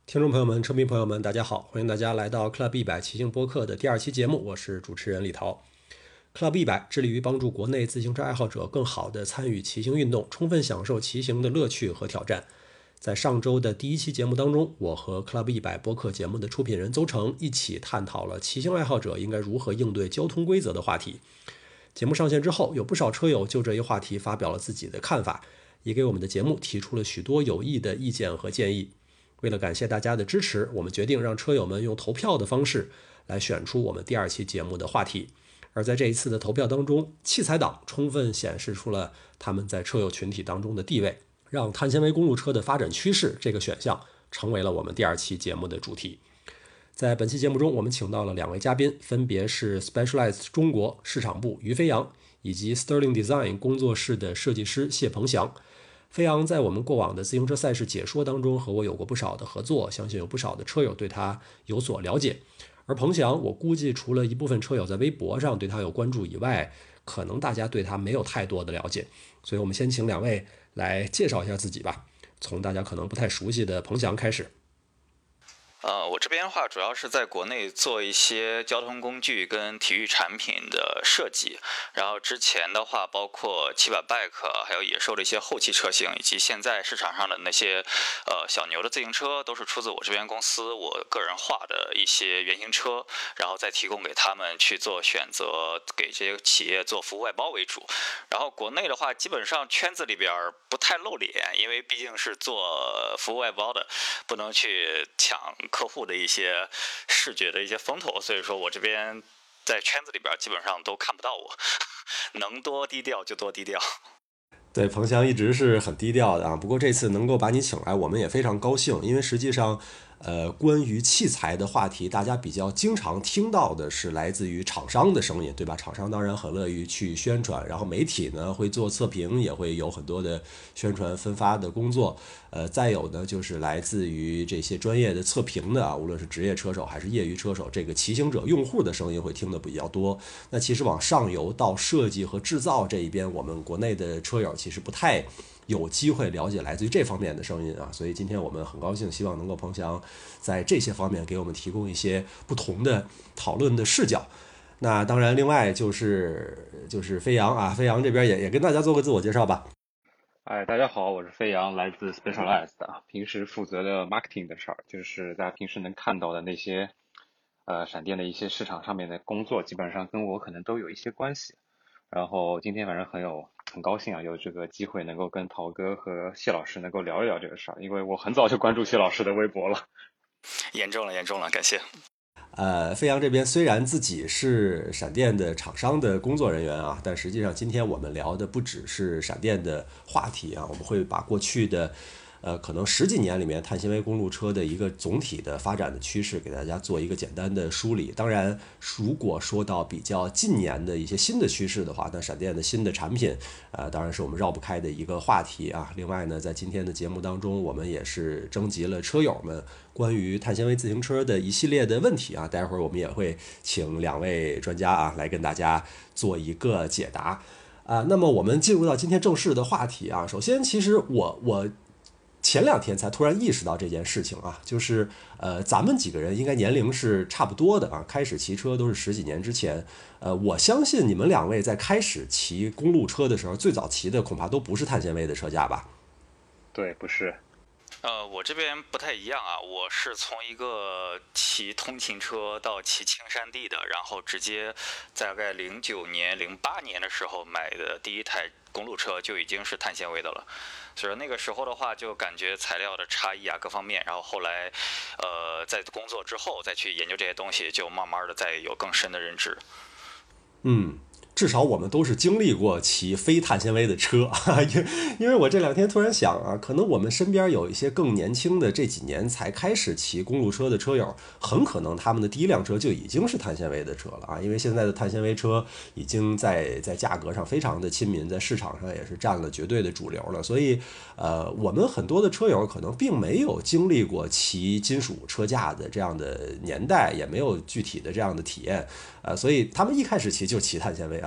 听众朋友们、车迷朋友们，大家好！欢迎大家来到 Club 100骑行播客的第2期节目，我是主持人李涛。Club 100致力于帮助国内自行车爱好者更好地参与骑行运动，充分享受骑行的乐趣和挑战。在上周的第1期节目当中，我和 Club 100播客节目的出品人邹成一起探讨了骑行爱好者应该如何应对交通规则的话题。节目上线之后，有不少车友就这一话题发表了自己的看法，也给我们的节目提出了许多有益的意见和建议。为了感谢大家的支持，我们决定让车友们用投票的方式来选出我们第2期节目的话题。而在这一次的投票当中，器材党充分显示出了他们在车友群体当中的地位，让碳纤维公路车的发展趋势这个选项成为了我们第2期节目的主题。在本期节目中，我们请到了2位嘉宾，分别是 Specialized 中国市场部于飞扬以及 Sterling Design 工作室的设计师谢鹏翔。飞扬在我们过往的自行车赛事解说当中和我有过不少的合作，相信有不少的车友对他有所了解。而鹏翔，我估计除了一部分车友在微博上对他有关注以外，可能大家对他没有太多的了解。所以我们先请2位来介绍一下自己吧，从大家可能不太熟悉的鹏翔开始。 我这边的话主要是在国内做一些交通工具跟体育产品的设计，然后之前的话包括700 bike 还有野兽的一些后期车型，以及现在市场上的那些小牛的自行车，都是出自我这边公司我个人画的一些原型车，然后再提供给他们去做选择，给这些企业做服务外包为主。然后国内的话基本上圈子里边不太露脸，因为毕竟是做服务外包的，不能去抢客户的一些视觉的一些风头，所以说我这边在圈子里边基本上都看不到我，能多低调就多低调。 对，鹏翔一直是很低调的啊，不过这次能够把你请来，我们也非常高兴，因为实际上关于器材的话题，大家比较经常听到的是来自于厂商的声音，对吧？厂商当然很乐于去宣传，然后媒体呢会做测评，也会有很多的宣传分发的工作。再有呢就是来自于这些专业的测评的啊，无论是职业车手还是业余车手，这个骑行者用户的声音会听得比较多。那其实往上游到设计和制造这一边，我们国内的车友其实不太有机会了解来自于这方面的声音啊，所以今天我们很高兴，希望能够鹏翔在这些方面给我们提供一些不同的讨论的视角。那当然，另外就是飞扬啊，飞扬这边也跟大家做个自我介绍吧。 大家好，我是飞扬，来自 Specialized 啊，平时负责的 marketing 的事儿，就是大家平时能看到的那些闪电的一些市场上面的工作，基本上跟我可能都有一些关系。然后今天反正很高兴啊，有这个机会能够跟陶哥和谢老师能够聊一聊这个事儿，因为我很早就关注谢老师的微博了。 严重了，感谢。 飞扬这边虽然自己是闪电的厂商的工作人员啊，但实际上今天我们聊的不只是闪电的话题啊，我们会把过去的可能10几年里面碳纤维公路车的一个总体的发展的趋势给大家做一个简单的梳理。当然如果说到比较近年的一些新的趋势的话，那闪电的新的产品当然是我们绕不开的一个话题啊。另外呢，在今天的节目当中，我们也是征集了车友们关于碳纤维自行车的一系列的问题啊，待会儿我们也会请2位专家啊来跟大家做一个解答那么我们进入到今天正式的话题啊。首先其实我前2天才突然意识到这件事情啊，就是咱们几个人应该年龄是差不多的啊，开始骑车都是10几年之前。我相信你们2位在开始骑公路车的时候，最早骑的恐怕都不是碳纤维的车架吧？ 对，不是。 我这边不太一样啊，我是从一个骑通勤车到骑青山地的，然后直接大概09年、08年的时候买的第一台公路车就已经是碳纤维的了，所以那个时候的话就感觉材料的差异啊各方面，然后后来在工作之后再去研究这些东西，就慢慢的再有更深的认知。 至少我们都是经历过骑非碳纤维的车，因为我这2天突然想啊，可能我们身边有一些更年轻的这几年才开始骑公路车的车友，很可能他们的第一辆车就已经是碳纤维的车了啊，因为现在的碳纤维车已经在价格上非常的亲民，在市场上也是占了绝对的主流了，所以我们很多的车友可能并没有经历过骑金属车架的这样的年代，也没有具体的这样的体验所以他们一开始骑就骑碳纤维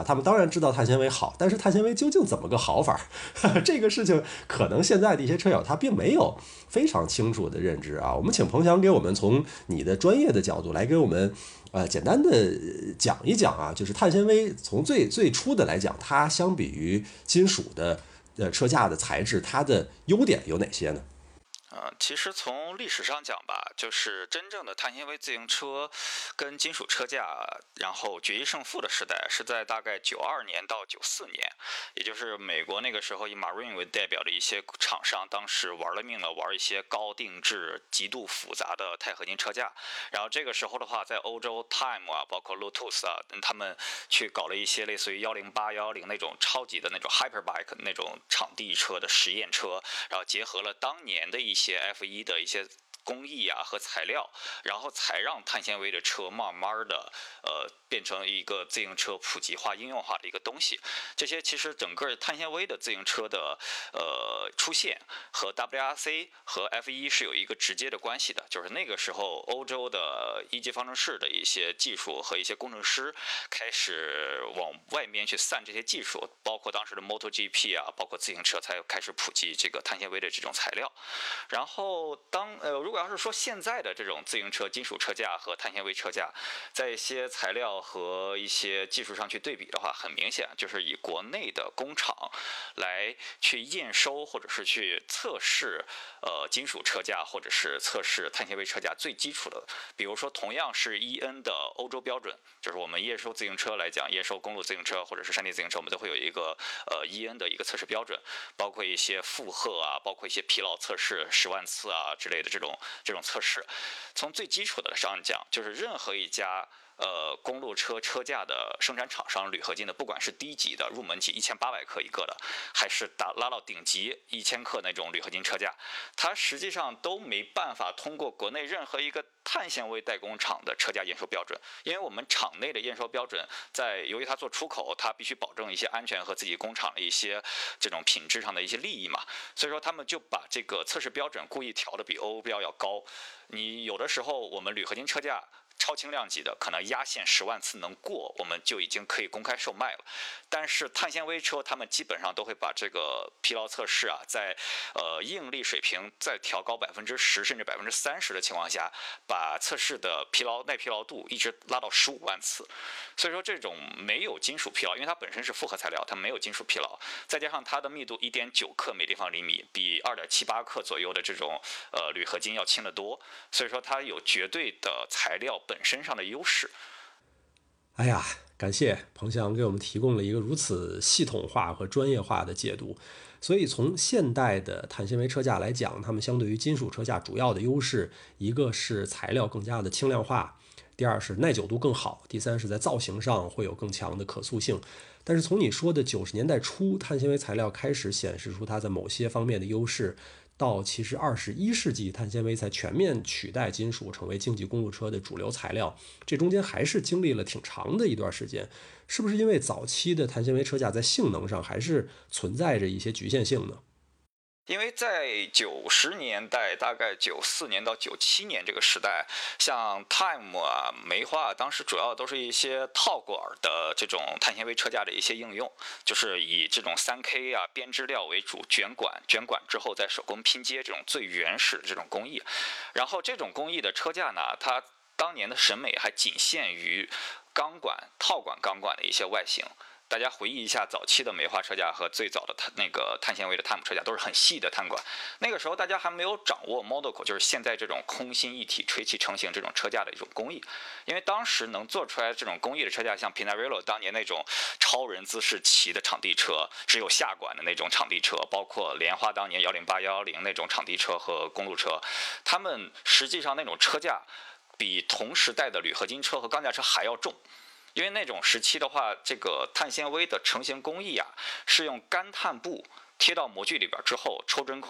啊，他们当然知道碳纤维好，但是碳纤维究竟怎么个好法这个事情可能现在的一些车友他并没有非常清楚的认知啊。我们请彭翔给我们从你的专业的角度来给我们简单的讲一讲啊，就是碳纤维从最初的来讲，它相比于金属的车架的材质，它的优点有哪些呢？ 其实从历史上讲吧，就是真正的碳纤维自行车跟金属车架，然后决一胜负的时代是在大概92年到94年，也就是美国那个时候以 Marine 为代表的一些厂商，当时玩了命了，玩一些高定制、极度复杂的钛合金车架。然后这个时候的话，在欧洲 Time 啊，包括 Lotus 啊，他们去搞了一些类似于108、110那种超级的那种 Hyperbike 那种场地车的实验车，然后结合了当年的一些 F1 的一些工艺啊和材料，然后才让碳纤维的车慢慢的变成一个自行车普及化、应用化的一个东西。这些其实整个碳纤维的自行车的出现和 WRC 和 F1 是有一个直接的关系的，就是那个时候欧洲的一级方程式的一些技术和一些工程师开始往外面去散这些技术，包括当时的 MotoGP 啊，包括自行车才开始普及这个碳纤维的这种材料。然后如果要是说现在的这种自行车金属车架和碳纤维车架，在一些材料和一些技术上去对比的话，很明显就是以国内的工厂来去验收或者是去测试金属车架或者是测试碳纤维车架最基础的，比如说同样是 EN 的欧洲标准，就是我们验收自行车来讲，验收公路自行车或者是山地自行车，我们都会有一个EN 的一个测试标准，包括一些负荷啊，包括一些疲劳测试10万次啊之类的这种测试。从最基础的上讲，就是任何一家公路车架的生产厂商，铝合金的，不管是低级的入门级1800克一个的，还是拉到顶级1000克那种铝合金车架，它实际上都没办法通过国内任何一个碳纤维代工厂的车架验收标准，因为我们厂内的验收标准由于它做出口，它必须保证一些安全和自己工厂的一些这种品质上的一些利益嘛，所以说他们就把这个测试标准故意调的比欧标要高。你有的时候我们铝合金车架超轻量级的可能压线10万次能过，我们就已经可以公开售卖了。但是碳纤维车他们基本上都会把这个疲劳测试啊，在应力水平再调高10%甚至30%的情况下，把测试的耐疲劳度一直拉到15万次。所以说这种没有金属疲劳，因为它本身是复合材料，它没有金属疲劳，再加上它的密度1.9克每立方厘米，比2.78克左右的这种铝合金要轻得多，所以说它有绝对的材料本身上的优势。 哎呀，感谢彭翔给我们提供了一个如此系统化和专业化的解读。所以从现代的碳纤维车架来讲，它们相对于金属车架主要的优势，一个是材料更加的轻量化，第二是耐久度更好，第三是在造型上会有更强的可塑性。但是从你说的90年代初碳纤维材料开始显示出它在某些方面的优势，到其实21世纪碳纤维才全面取代金属成为竞技公路车的主流材料，这中间还是经历了挺长的一段时间。是不是因为早期的碳纤维车架在性能上还是存在着一些局限性呢？ 因为在90年代，大概94年到97年这个时代，像 Time 啊、梅花，当时主要都是一些套管的这种碳纤维车架的一些应用，就是以这种3K 啊编织料为主，卷管之后再手工拼接这种最原始的这种工艺。然后这种工艺的车架呢，它当年的审美还仅限于套管钢管的一些外形。大家回忆一下早期的梅花车架和最早的那个碳纤维的 Time 车架，都是很细的碳管。那个时候大家还没有掌握 Monocoque， 就是现在这种空心一体吹气成型这种车架的一种工艺。因为当时能做出来这种工艺的车架，像 Pinarello 当年那种超人姿势骑的场地车，只有下管的那种场地车，包括莲花当年108、110那种场地车和公路车，他们实际上那种车架比同时代的铝合金车和钢架车还要重。因为那种时期的话，这个碳纤维的成型工艺啊，是用干碳布贴到模具里边之后抽真空，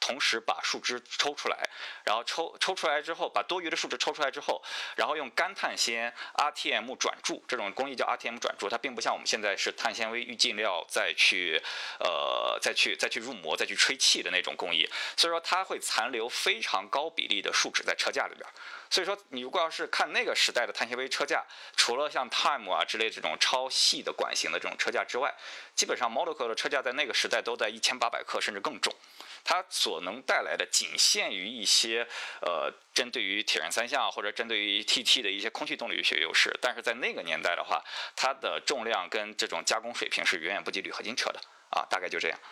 同时把树枝抽出来，然后抽出来之后，把多余的树枝抽出来之后，然后用干碳纤 RTM 转注，这种工艺叫 RTM 转注，它并不像我们现在是碳纤维预进料再去入模再去吹气的那种工艺，所以说它会残留非常高比例的树脂在车架里边。所以说你如果要是看那个时代的碳纤维车架，除了像 Time 啊之类这种超细的管型的这种车架之外，基本上 Monaco 的车架在那个时代都在1800克甚至更重，它所能带来的仅限于一些针对于铁人三项或者针对于 TT 的一些空气动力学优势，但是在那个年代的话，它的重量跟这种加工水平是远远不及铝合金车的啊，大概就这样。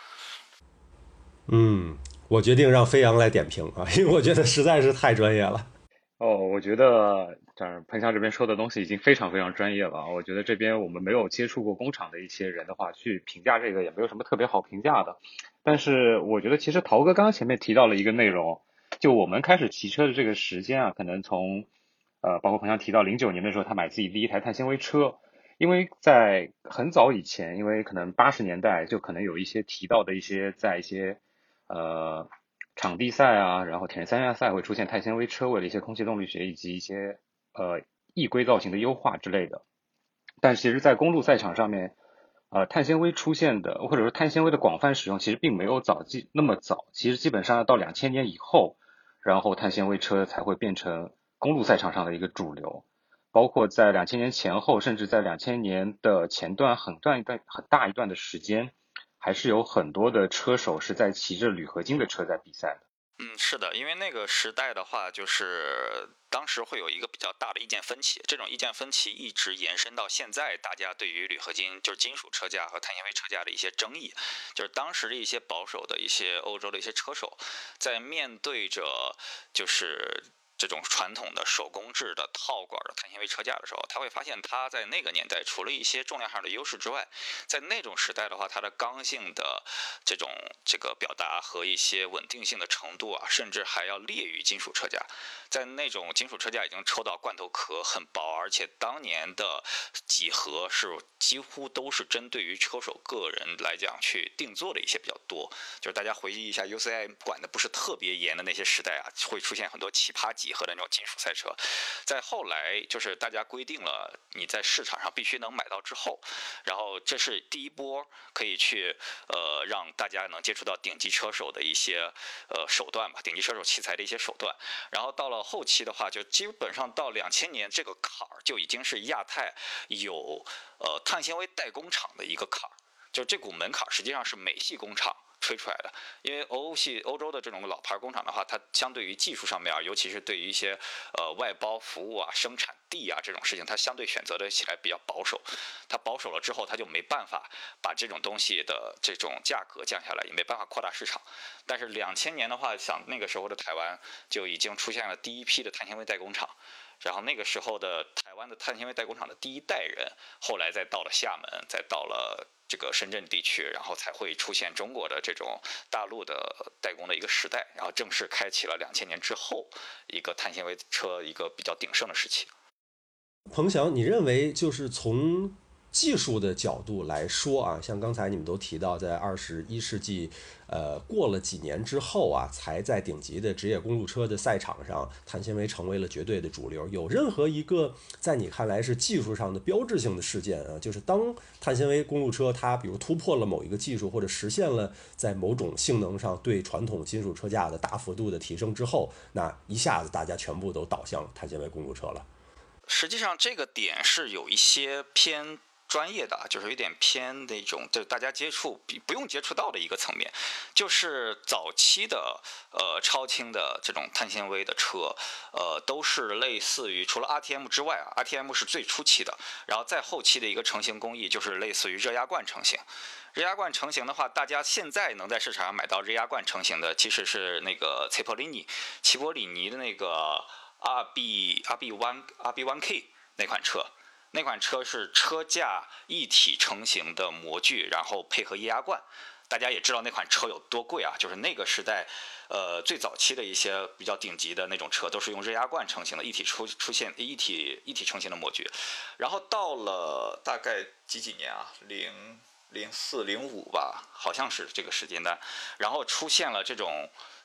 我决定让飞扬来点评啊，因为我觉得实在是太专业了。 我觉得彭翔这边说的东西已经非常非常专业了。我觉得这边我们没有接触过工厂的一些人的话，去评价这个也没有什么特别好评价的。但是我觉得其实陶哥刚刚前面提到了一个内容，就我们开始骑车的这个时间啊，可能从包括彭翔提到09年的时候他买自己第一台碳纤维车，因为在很早以前，因为可能80年代就可能有一些提到的一些在一些场地赛啊，然后铁人三项赛会出现碳纤维车，为了一些空气动力学以及一些翼规造型的优化之类的。但其实在公路赛场上面，碳纤维出现的或者说碳纤维的广泛使用其实并没有那么早，其实基本上要到2000年以后，然后碳纤维车才会变成公路赛场上的一个主流。包括在2000年前后，甚至在2000年的前段很大一段的时间，还是有很多的车手是在骑着铝合金的车在比赛的。 是的，因为那个时代的话，就是当时会有一个比较大的意见分歧，这种意见分歧一直延伸到现在，大家对于铝合金就是金属车架和碳纤维车架的一些争议，就是当时的一些保守的一些欧洲的一些车手，在面对着就是这种传统的手工制的套管的碳纤维车架的时候，他会发现他在那个年代除了一些重量上的优势之外，在那种时代的话，它的刚性的这个表达和一些稳定性的程度啊，甚至还要劣于金属车架。在那种金属车架已经抽到罐头壳很薄，而且当年的几何是几乎都是针对于车手个人来讲去定做的一些比较多。就是大家回忆一下 UCI 管的不是特别严的那些时代啊，会出现很多奇葩几何的那种金属赛车。在后来就是大家规定了你在市场上必须能买到之后，然后这是第一波可以去让大家能接触到顶级车手的一些手段吧，顶级车手器材的一些手段。然后到了后期的话，就基本上到2000年这个坎儿就已经是亚太有碳纤维代工厂的一个坎儿，就这股门槛实际上是美系工厂吹出来的。因为欧洲的这种老牌工厂的话，它相对于技术上面，尤其是对于一些外包服务啊、生产地啊这种事情，它相对选择的起来比较保守。它保守了之后，它就没办法把这种东西的这种价格降下来，也没办法扩大市场。但是2000年的话，想那个时候的台湾就已经出现了第一批的碳纤维代工厂。然后那个时候的台湾的碳纤维代工厂的第一代人，后来再到了厦门，再到了这个深圳地区，然后才会出现中国的这种大陆的代工的一个时代，然后正式开启了2000年之后一个碳纤维车一个比较鼎盛的时期。 彭翔，你认为就是从技术的角度来说啊，像刚才你们都提到，在21世纪，过了几年之后啊，才在顶级的职业公路车的赛场上，碳纤维成为了绝对的主流。有任何一个在你看来是技术上的标志性的事件啊，就是当碳纤维公路车它比如突破了某一个技术，或者实现了在某种性能上对传统金属车架的大幅度的提升之后，那一下子大家全部都倒向碳纤维公路车了。 实际上这个点是有一些偏专业的，就是有点偏那种就是大家不用接触到的一个层面，就是早期的超轻的这种碳纤维的车，都是类似于除了 RTM 之外啊 ，RTM 是最初期的，然后再后期的一个成型工艺就是类似于热压罐成型。热压罐成型的话，大家现在能在市场上买到热压罐成型的，其实是那个齐波里尼的那个RB1K 那款车。那款车是车架一体成型的模具，然后配合液压罐。大家也知道那款车有多贵啊，就是那个时代，最早期的一些比较顶级的那种车都是用热压罐成型的，一体成型的模具。然后到了大概几年啊，04、05吧，好像是这个时间段，然后出现了这种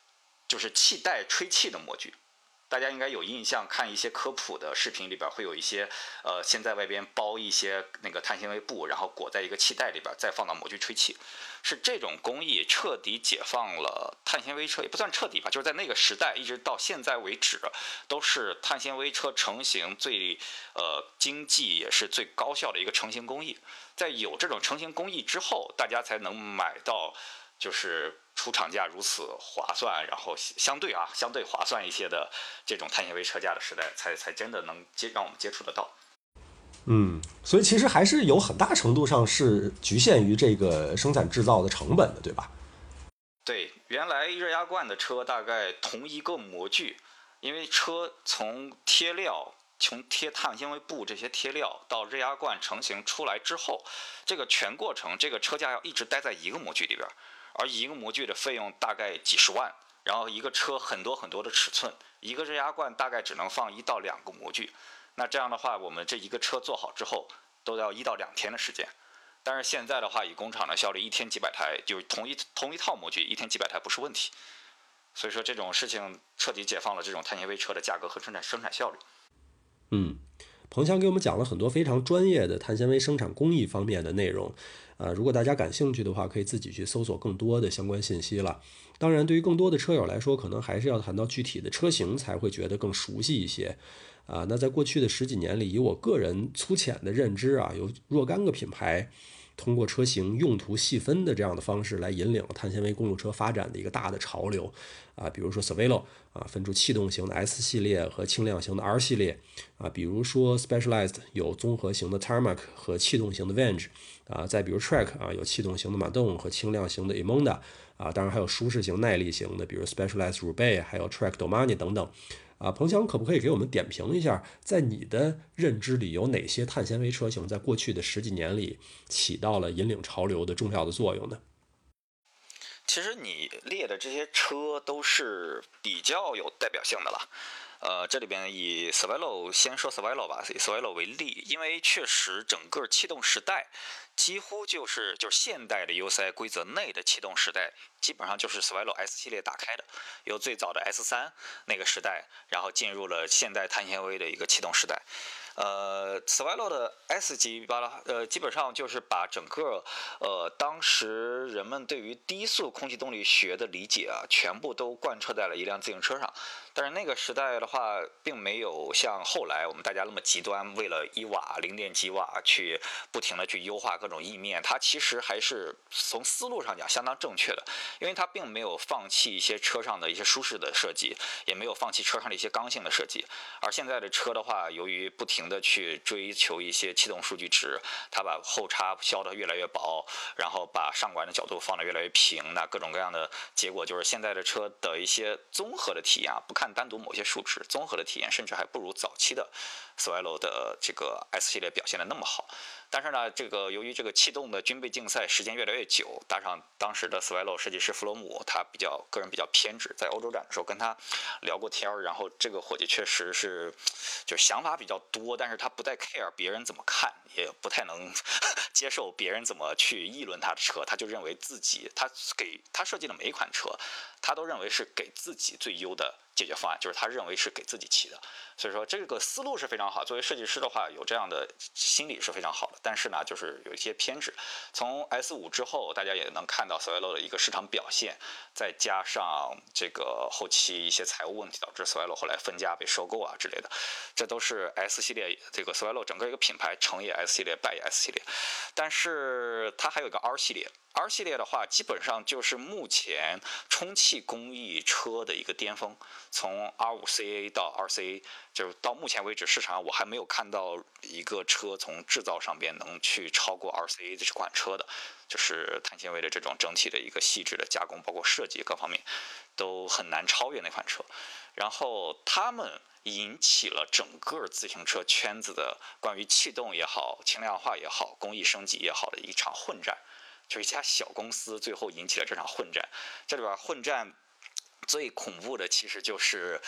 就是气带吹气的模具。大家应该有印象，看一些科普的视频里边会有一些，先在外边包一些那个碳纤维布，然后裹在一个气袋里边，再放到模具吹气。是这种工艺彻底解放了碳纤维车，也不算彻底吧，就是在那个时代一直到现在为止，都是碳纤维车成型最经济也是最高效的一个成型工艺。在有这种成型工艺之后，大家才能买到就是出厂价如此划算，然后相对划算一些的这种碳纤维车架的时代，才真的能让我们接触得到。 所以其实还是有很大程度上是局限于这个生产制造的成本的，对吧？ 对，原来热压罐的车大概同一个模具，因为车从贴料。从贴碳纤维布这些贴料到热压罐成型出来之后，这个全过程，这个车架要一直待在一个模具里边，而一个模具的费用大概几十万，然后一个车很多很多的尺寸，一个热压罐大概只能放1到2个模具。那这样的话，我们这一个车做好之后，都要1到2天的时间。但是现在的话，以工厂的效率，一天几百台，就是同一套模具，一天几百台不是问题。所以说这种事情彻底解放了这种碳纤维车的价格和生产效率。 彭强给我们讲了很多非常专业的碳纤维生产工艺方面的内容，如果大家感兴趣的话，可以自己去搜索更多的相关信息了。当然，对于更多的车友来说，可能还是要谈到具体的车型才会觉得更熟悉一些。那在过去的10几年里，以我个人粗浅的认知有若干个品牌通过车型用途细分的这样的方式来引领了碳纤维公路车发展的一个大的潮流比如说 Cervelo 分出气动型的 S 系列和轻量型的 R 系列比如说 Specialized 有综合型的 Tarmac 和气动型的 Venge再比如 Trek 有气动型的马洞和轻量型的 Emonda当然还有舒适型耐力型的，比如 Specialized Roubaix 还有 Trek Domani 等等彭强可不可以给我们点评一下，在你的认知里有哪些碳纤维车型在过去的10几年里起到了引领潮流的重要的作用呢？ 其实你列的这些车都是比较有代表性的了。这里边以 Cervelo 先说 Cervelo 吧，以 Cervelo 为例，因为确实整个气动时代几乎就是现代的 UCI 规则内的气动时代，基本上就是 Cervelo S 系列打开的，由最早的 S3那个时代，然后进入了现代碳纤维的一个气动时代。Cervelo 的 S 级基本上就是把整个当时人们对于低速空气动力学的理解全部都贯彻在了一辆自行车上。但是那个时代的话，并没有像后来我们大家那么极端，为了1瓦、0.几瓦去不停的去优化各种翼面。它其实还是从思路上讲相当正确的，因为它并没有放弃一些车上的一些舒适的设计，也没有放弃车上的一些刚性的设计。而现在的车的话，由于不停的去追求一些气动数据值，它把后叉削得越来越薄，然后把上管的角度放得越来越平，那各种各样的结果就是现在的车的一些综合的体验不看单独某些数值，综合的体验甚至还不如早期的 Cervelo 的这个 S 系列表现的那么好。但是呢，由于这个气动的军备竞赛时间越来越久，加上当时的 Cervelo 设计师弗洛姆，他个人比较偏执，在欧洲展的时候跟他聊过天，然后这个伙计确实是就想法比较多，但是他不太 care 别人怎么看，也不太能接受别人怎么去议论他的车，他就认为自己他设计的每一款车，他都认为是给自己最优的解决方案，就是他认为是给自己骑的。所以说这个思路是非常好，作为设计师的话，有这样的心理是非常好的。但是呢，就是有一些偏执。从 S5 之后，大家也能看到 Cervelo 的一个市场表现，再加上这个后期一些财务问题，导致 Cervelo 后来分家被收购之类的，这都是 S 系列这个 Cervelo 整个一个品牌成也 S 系列，败也 S 系列。但是它还有一个 R 系列。R 系列的话，基本上就是目前充气工艺车的一个巅峰。从 R5CA 到 2CA， 就是到目前为止，市场上我还没有看到一个车从制造上边能去超过 2CA 这款车的，就是碳纤维的这种整体的一个细致的加工，包括设计各方面都很难超越那款车。然后他们引起了整个自行车圈子的关于气动也好、轻量化也好、工艺升级也好的一场混战。就一家小公司最后引起了这场混战，这里边混战最恐怖的其实就是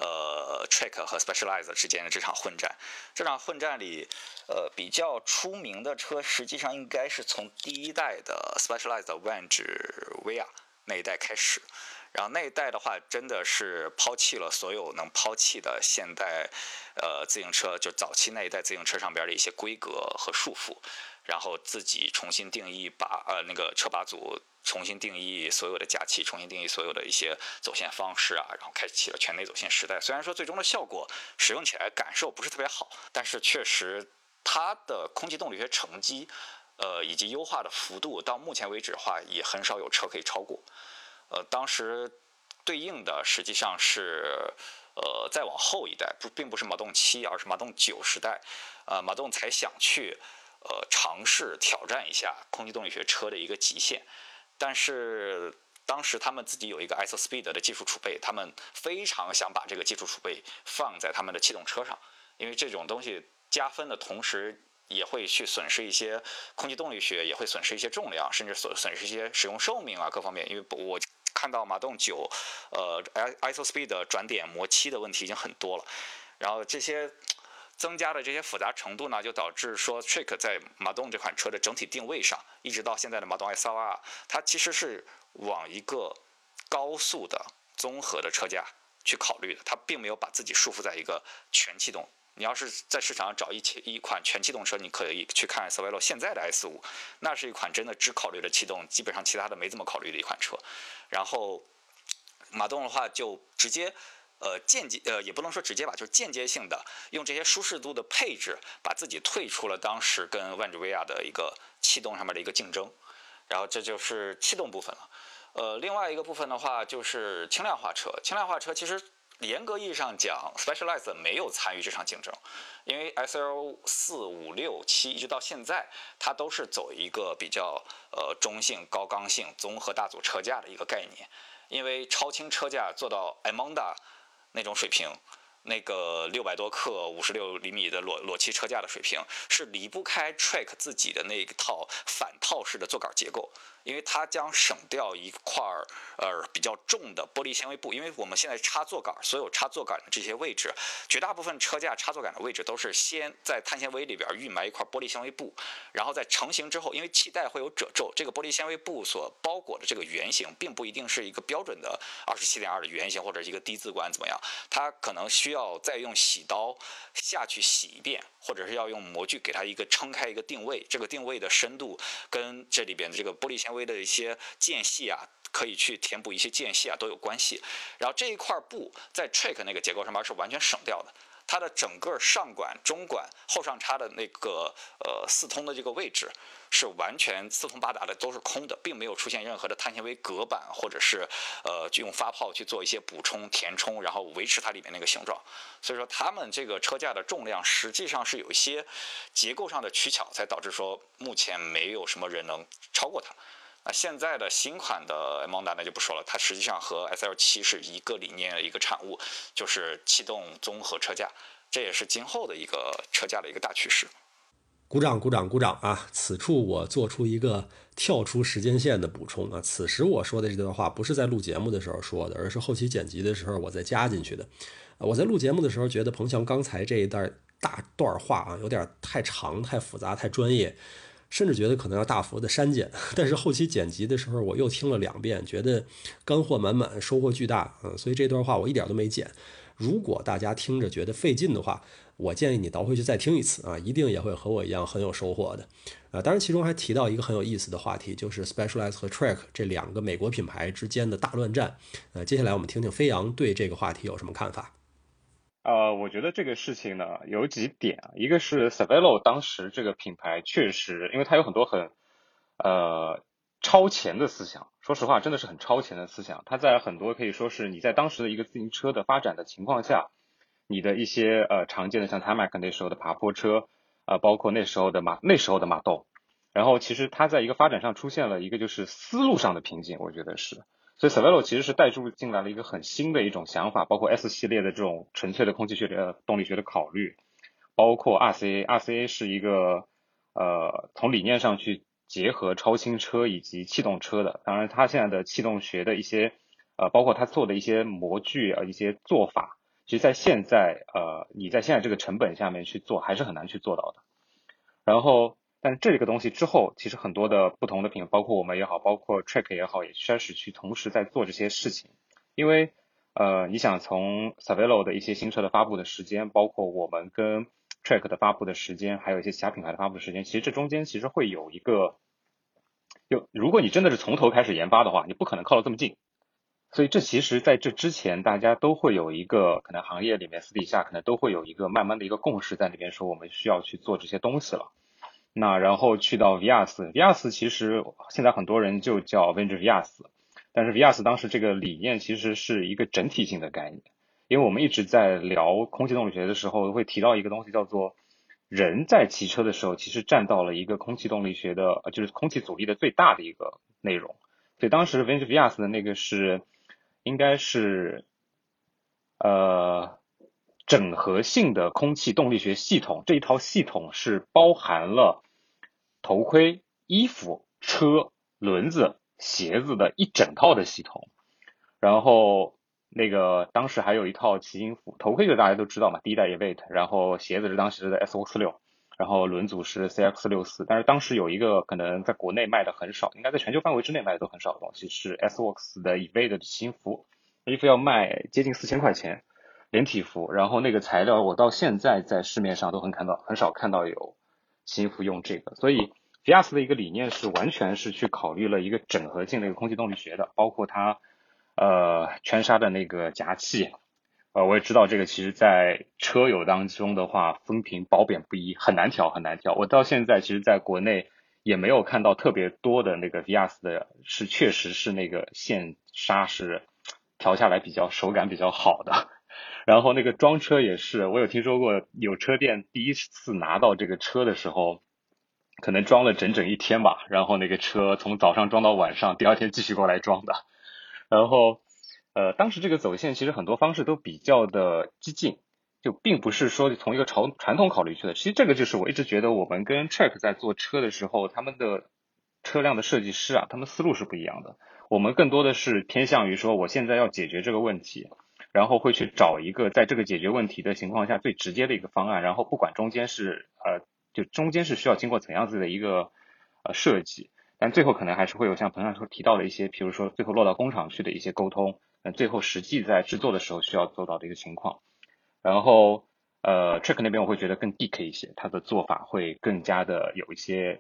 Trek 和 Specialized 之间的这场混战。这场混战里比较出名的车实际上应该是从第一代的 Specialized Venge Via 那一代开始， 然后那一代的话，真的是抛弃了所有能抛弃的现代自行车，就早期那一代自行车上边的一些规格和束缚，然后自己重新定义那个车把组。重新定义所有的加气，重新定义所有的一些走线方式啊，然后开启了全内走线时代。虽然说最终的效果使用起来感受不是特别好，但是确实它的空气动力学成绩，以及优化的幅度，到目前为止的话，也很少有车可以超过。当时对应的实际上是，再往后一代，并不是马洞7，而是马洞9时代，马洞才想去，尝试挑战一下空气动力学车的一个极限。但是当时他们自己有一个 ISOSpeed 的技术储备，他们非常想把这个技术储备放在他们的气动车上，因为这种东西加分的同时也会去损失一些空气动力学，也会损失一些重量，甚至损失一些使用寿命啊各方面。因为我看到马洞9ISOSpeed 转点磨漆的问题已经很多了，然后这些增加的这些复杂程度呢，就导致说 Trek 在马洞这款车的整体定位上，一直到现在的马洞 SLR， 它其实是往一个高速的综合的车架去考虑的，它并没有把自己束缚在一个全气动。你要是在市场上找一款全气动车，你可以去看 Cervelo 现在的 S5， 那是一款真的只考虑了气动，基本上其他的没怎么考虑的一款车。然后马洞的话就直接也不能说直接吧，就是间接性的用这些舒适度的配置，把自己退出了当时跟万智维亚的一个气动上面的一个竞争。然后这就是气动部分了。另外一个部分的话就是轻量化车。轻量化车其实严格意义上讲 Specialized 没有参与这场竞争，因为 SL4、5、6、7一直到现在，它都是走一个比较中性、高刚性综合大组车架的一个概念。因为超轻车架做到 Emonda 那种水平，那个600多克56厘米的裸漆车架的水平，是离不开 Trek 自己的那一套反套式的坐杆结构，因为它将省掉一块比较重的玻璃纤维布。因为我们现在插座杆，所有插座杆的这些位置，绝大部分车架插座杆的位置都是先在碳纤维里边预埋一块玻璃纤维布，然后在成型之后，因为气带会有褶皱，这个玻璃纤维布所包裹的这个圆形并不一定是一个标准的27.2的圆形或者一个低字管怎么样，它可能需要再用洗刀下去洗一遍，或者是要用模具给它一个撑开一个定位，这个定位的深度跟这里边的这个玻璃纤维的一些间隙啊，可以去填补一些间隙啊都有关系。然后这一块布在 Trek 那个结构上面是完全省掉的，它的整个上管、中管、后上插的那个四通的这个位置是完全四通八达的，都是空的，并没有出现任何的碳纤维隔板，或者是用发泡去做一些补充、填充，然后维持它里面那个形状。所以说，他们这个车架的重量实际上是有一些结构上的取巧，才导致说目前没有什么人能超过它。那现在的新款的 Emonda 那就不说了，它实际上和 SL7 是一个理念的一个产物，就是气动综合车架，这也是今后的一个车架的一个大趋势。 鼓掌鼓掌鼓掌啊！此处我做出一个跳出时间线的补充啊。此时我说的这段话不是在录节目的时候说的，而是后期剪辑的时候我再加进去的。我在录节目的时候觉得彭翔刚才这一大段话啊有点太长、太复杂、太专业，甚至觉得可能要大幅的删减。但是后期剪辑的时候我又听了2遍，觉得干货满满，收获巨大所以这段话我一点都没剪。如果大家听着觉得费劲的话，我建议你倒回去再听一次啊，一定也会和我一样很有收获的。当然其中还提到一个很有意思的话题，就是 Specialized 和 Trek 这2个美国品牌之间的大乱战。接下来我们听听飞扬对这个话题有什么看法。 我觉得这个事情呢有几点啊，一个是 Cervelo 当时这个品牌确实，因为它有很多很超前的思想，说实话真的是很超前的思想。它在很多可以说是你在当时的一个自行车的发展的情况下，你的一些常见的像 Tarmac 那时候的爬坡车包括那时候的马豆，然后其实它在一个发展上出现了一个就是思路上的瓶颈，我觉得是。所以 Cervelo 其实是带入进来了一个很新的一种想法，包括 S 系列的这种纯粹的空气学的动力学的考虑，包括 RCA 是一个从理念上去结合超轻车以及气动车的。当然它现在的气动学的一些包括它做的一些模具一些做法，其实在你在现在这个成本下面去做还是很难去做到的。然后但是这个东西之后，其实很多的不同的品牌，包括我们也好，包括 Trek 也好，也开始去同时在做这些事情。因为你想从 Cervelo 的一些新车的发布的时间，包括我们跟 Trek 的发布的时间，还有一些其他品牌的发布的时间，其实这中间其实会有一个，如果你真的是从头开始研发的话，你不可能靠得这么近。所以这其实在这之前，大家都会有一个可能行业里面私底下可能都会有一个慢慢的一个共识在那边，说我们需要去做这些东西了。那然后去到 Vias 其实现在很多人就叫 Avenger Vias， 但是 Vias 当时这个理念其实是一个整体性的概念，因为我们一直在聊空气动力学的时候会提到一个东西叫做人在骑车的时候其实占到了一个空气动力学的就是空气阻力的最大的一个内容，所以当时 Avenger Vias 的那个是应该是整合性的空气动力学系统，这一套系统是包含了头盔、衣服、车、轮子、鞋子的一整套的系统。然后那个当时还有一套骑行服，头盔就大家都知道嘛，第一代 Evate， 然后鞋子是当时的 SX6， 然后轮组是 CX64， 但是当时有一个可能在国内卖的很少，应该在全球范围之内卖的都很少的东西，是 SWOX 的 Evade 的骑行服，衣服要卖接近4000块钱。连体服，然后那个材料我到现在在市面上都很少看到有新服用这个，所以 Vias 的一个理念是完全是去考虑了一个整合性的一个空气动力学的，包括它圈刹的那个夹气，我也知道这个其实在车友当中的话风评褒贬不一，很难调。我到现在其实在国内也没有看到特别多的那个 Vias 的是确实是那个线刹是调下来比较手感比较好的。然后那个装车也是，我有听说过有车店第一次拿到这个车的时候，可能装了整整一天吧，然后那个车从早上装到晚上，第二天继续过来装的。然后当时这个走线其实很多方式都比较的激进，就并不是说从一个传统考虑去的。其实这个就是我一直觉得我们跟 Trek 在做车的时候，他们的车辆的设计师啊，他们思路是不一样的。我们更多的是偏向于说我现在要解决这个问题，然后会去找一个在这个解决问题的情况下最直接的一个方案，然后不管中间是需要经过怎样子的一个设计，但最后可能还是会有像彭教授提到的一些，比如说最后落到工厂去的一些沟通，最后实际在制作的时候需要做到的一个情况。然后Trek 那边我会觉得更 geek 一些，它的做法会更加的有一些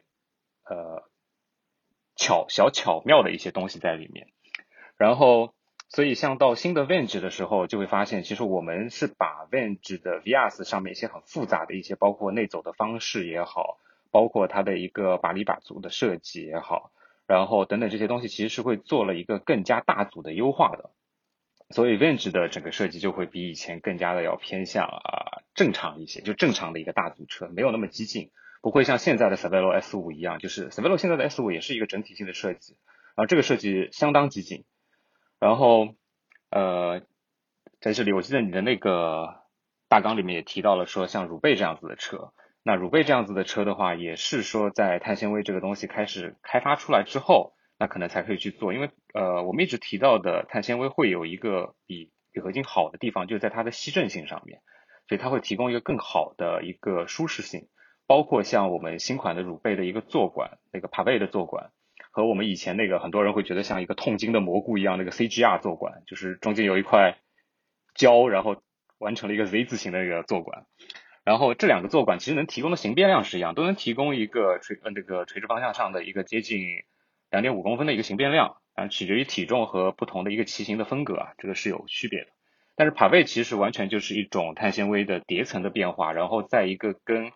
巧妙的一些东西在里面。然后所以像到新的 Venge 的时候，就会发现其实我们是把 Venge 的 Vias 上面一些很复杂的一些，包括内走的方式也好，包括它的一个把力把足的设计也好，然后等等这些东西其实是会做了一个更加大组的优化的。所以 Venge 的整个设计就会比以前更加的要偏向正常一些，就正常的一个大组车，没有那么激进，不会像现在的 Cervelo S5 一样，就是 Cervelo 现在的 S5 也是一个整体性的设计，然后这个设计相当激进。然后在这里我记得你的那个大纲里面也提到了说像乳贝这样子的车，那乳贝这样子的车的话也是说在碳纤维这个东西开始开发出来之后，那可能才可以去做，因为我们一直提到的碳纤维会有一个比铝合金好的地方，就是在它的吸震性上面，所以它会提供一个更好的一个舒适性，包括像我们新款的乳贝的一个坐管，那个 Pave 的坐管，和我们以前那个很多人会觉得像一个痛经的蘑菇一样那个 CGR 坐管，就是中间有一块胶，然后完成了一个 Z 字形的一个坐管。然后这两个坐管其实能提供的形变量是一样，都能提供一个垂直方向上的一个接近2.5公分的一个形变量，取决于体重和不同的一个骑行的风格这个是有区别的。但是 Pave 其实完全就是一种碳纤维的叠层的变化，然后在一个跟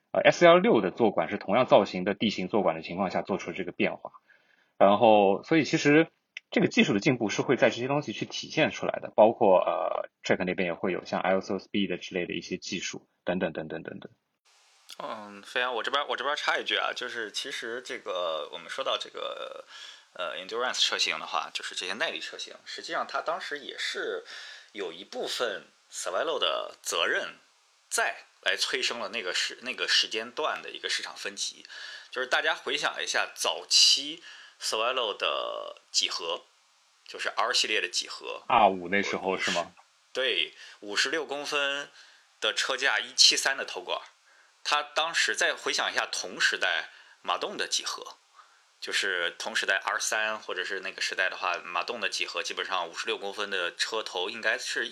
SL6 的坐管是同样造型的地形坐管的情况下做出这个变化。然后所以其实这个技术的进步是会在这些东西去体现出来的，包括Trek 那边也会有像 ISO Speed 之类的一些技术等等等等等等。 飞扬，我这边插一句啊，就是其实这个我们说到这个endurance 车型的话，就是这些耐力车型，实际上它当时也是有一部分 Cervelo 的责任在来催生了那个时间段的一个市场分级。就是大家回想一下早期 Cervelo 的几何，就是 R 系列的几何 R5 那时候是吗？ 对，56公分的车架173的头管，它当时再回想一下同时代马洞的几何，就是同时代 R3 或者是那个时代的话，马洞的几何基本上56公分的车头应该是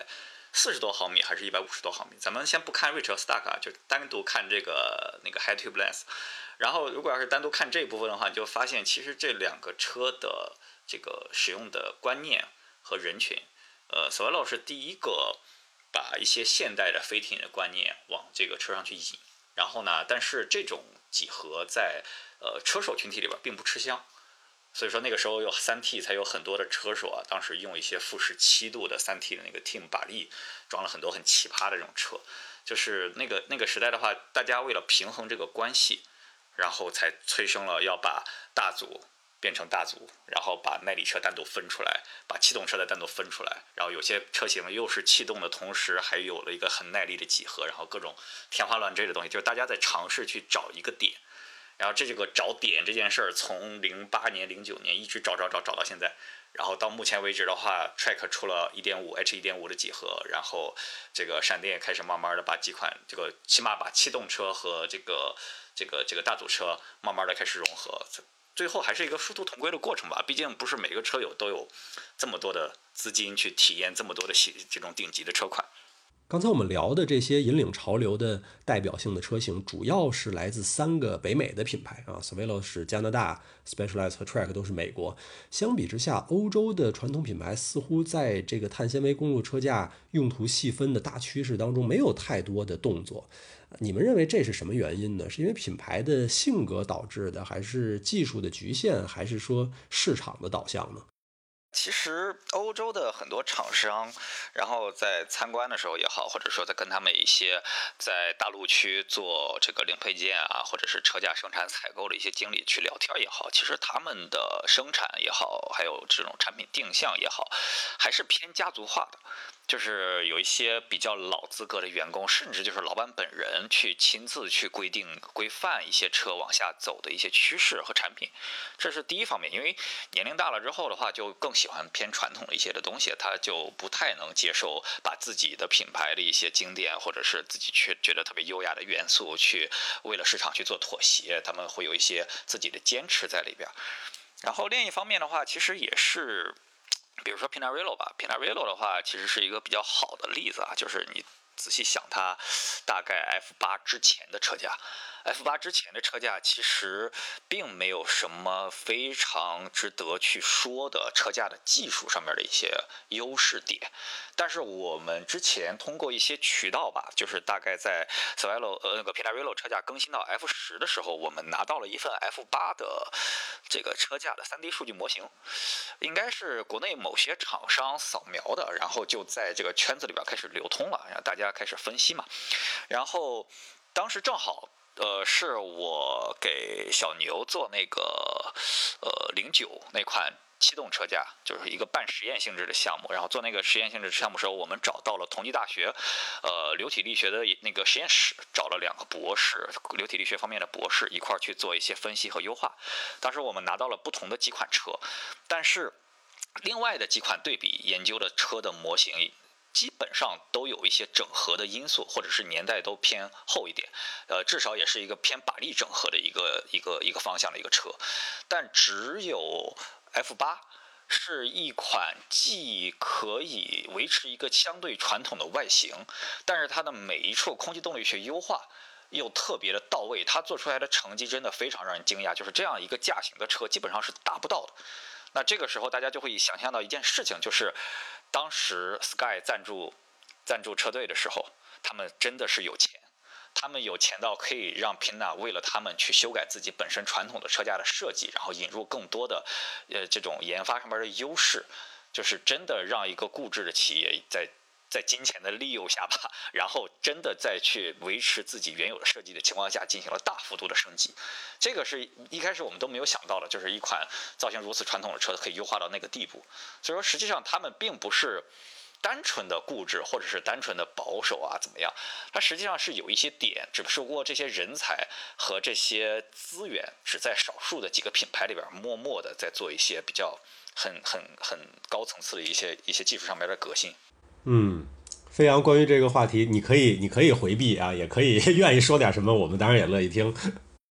140多毫米还是150多毫米？咱们先不看 Reach 和 Stack 啊，就单独看这个那个 High Tube Length。然后如果要是单独看这一部分的话，你就发现其实这两个车的这个使用的观念和人群，Cervelo 是第一个把一些现代的飞艇的观念往这个车上去引。然后呢，但是这种几何在车手群体里边并不吃香，所以说那个时候有3T 才有很多的车手啊，当时用一些负17度的3T 的那个 Team 把力装了很多很奇葩的这种车，就是那个时代的话，大家为了平衡这个关系，然后才催生了要把大组变成大组，然后把耐力车单独分出来，把气动车的单独分出来，然后有些车型又是气动的同时还有了一个很耐力的几何，然后各种天花乱坠的东西，就是大家在尝试去找一个点。然后这个找点这件事儿，从08年、09年一直找到现在，然后到目前为止的话 ，Trek 出了1.5 H1.5 的几何，然后这个闪电也开始慢慢的把几款这个起码把气动车和这个大组车慢慢的开始融合，最后还是一个殊途同归的过程吧。毕竟不是每个车友都有这么多的资金去体验这么多的这种顶级的车款。 刚才我们聊的这些引领潮流的代表性的车型，主要是来自3个北美的品牌啊 ，Cervelo 是加拿大 ，Specialized 和 Trek 都是美国。相比之下，欧洲的传统品牌似乎在这个碳纤维公路车架用途细分的大趋势当中没有太多的动作。你们认为这是什么原因呢？是因为品牌的性格导致的，还是技术的局限，还是说市场的导向呢？ 其实欧洲的很多厂商，然后在参观的时候也好，或者说在跟他们一些在大陆区做这个零配件啊，或者是车架生产采购的一些经理去聊天也好，其实他们的生产也好，还有这种产品定向也好，还是偏家族化的。就是有一些比较老资格的员工，甚至就是老板本人去亲自去规定规范一些车往下走的一些趋势和产品，这是第一方面。因为年龄大了之后的话，就更喜欢偏传统的一些的东西，他就不太能接受把自己的品牌的一些经典或者是自己觉得特别优雅的元素去为了市场去做妥协，他们会有一些自己的坚持在里边。然后另一方面的话，其实也是比如说 Pinarello 吧 ，Pinarello 的话其实是一个比较好的例子啊，就是你仔细想它大概 F8 之前的车架，F8 之前的车架其实并没有什么非常值得去说的车架的技术上面的一些优势点，但是我们之前通过一些渠道吧，就是大概在 Cervelo 那个 Pinarello 车架更新到 F10 的时候，我们拿到了一份 F8 的这个车架的 3D 数据模型，应该是国内某些厂商扫描的，然后就在这个圈子里边开始流通了，然后大家开始分析嘛。然后当时正好是我给小牛做那个09那款气动车架，就是一个半实验性质的项目。然后做那个实验性质项目的时候，我们找到了同济大学流体力学的那个实验室，找了2个博士，流体力学方面的博士一块去做一些分析和优化。当时我们拿到了不同的几款车，但是另外的几款对比研究的车的模型基本上都有一些整合的因素，或者是年代都偏后一点，至少也是一个偏把力整合的一个方向的一个车，但只有 F8 是一款既可以维持一个相对传统的外形，但是它的每一处空气动力学优化又特别的到位，它做出来的成绩真的非常让人惊讶，就是这样一个驾型的车基本上是达不到的。那这个时候大家就会想象到一件事情，就是当时 Sky 赞助车队的时候，他们真的是有钱，他们有钱到可以让 Pina 为了他们去修改自己本身传统的车架的设计，然后引入更多的这种研发上面的优势，就是真的让一个固执的企业在金钱的利诱下吧，然后真的在去维持自己原有的设计的情况下进行了大幅度的升级，这个是一开始我们都没有想到的，就是一款造型如此传统的车可以优化到那个地步。所以说实际上他们并不是单纯的固执或者是单纯的保守啊怎么样，它实际上是有一些点，只不过这些人才和这些资源只在少数的几个品牌里边默默的在做一些比较很高层次的一些技术上面的革新。 飞扬，关于这个话题，你可以回避啊，也可以愿意说点什么，我们当然也乐意听。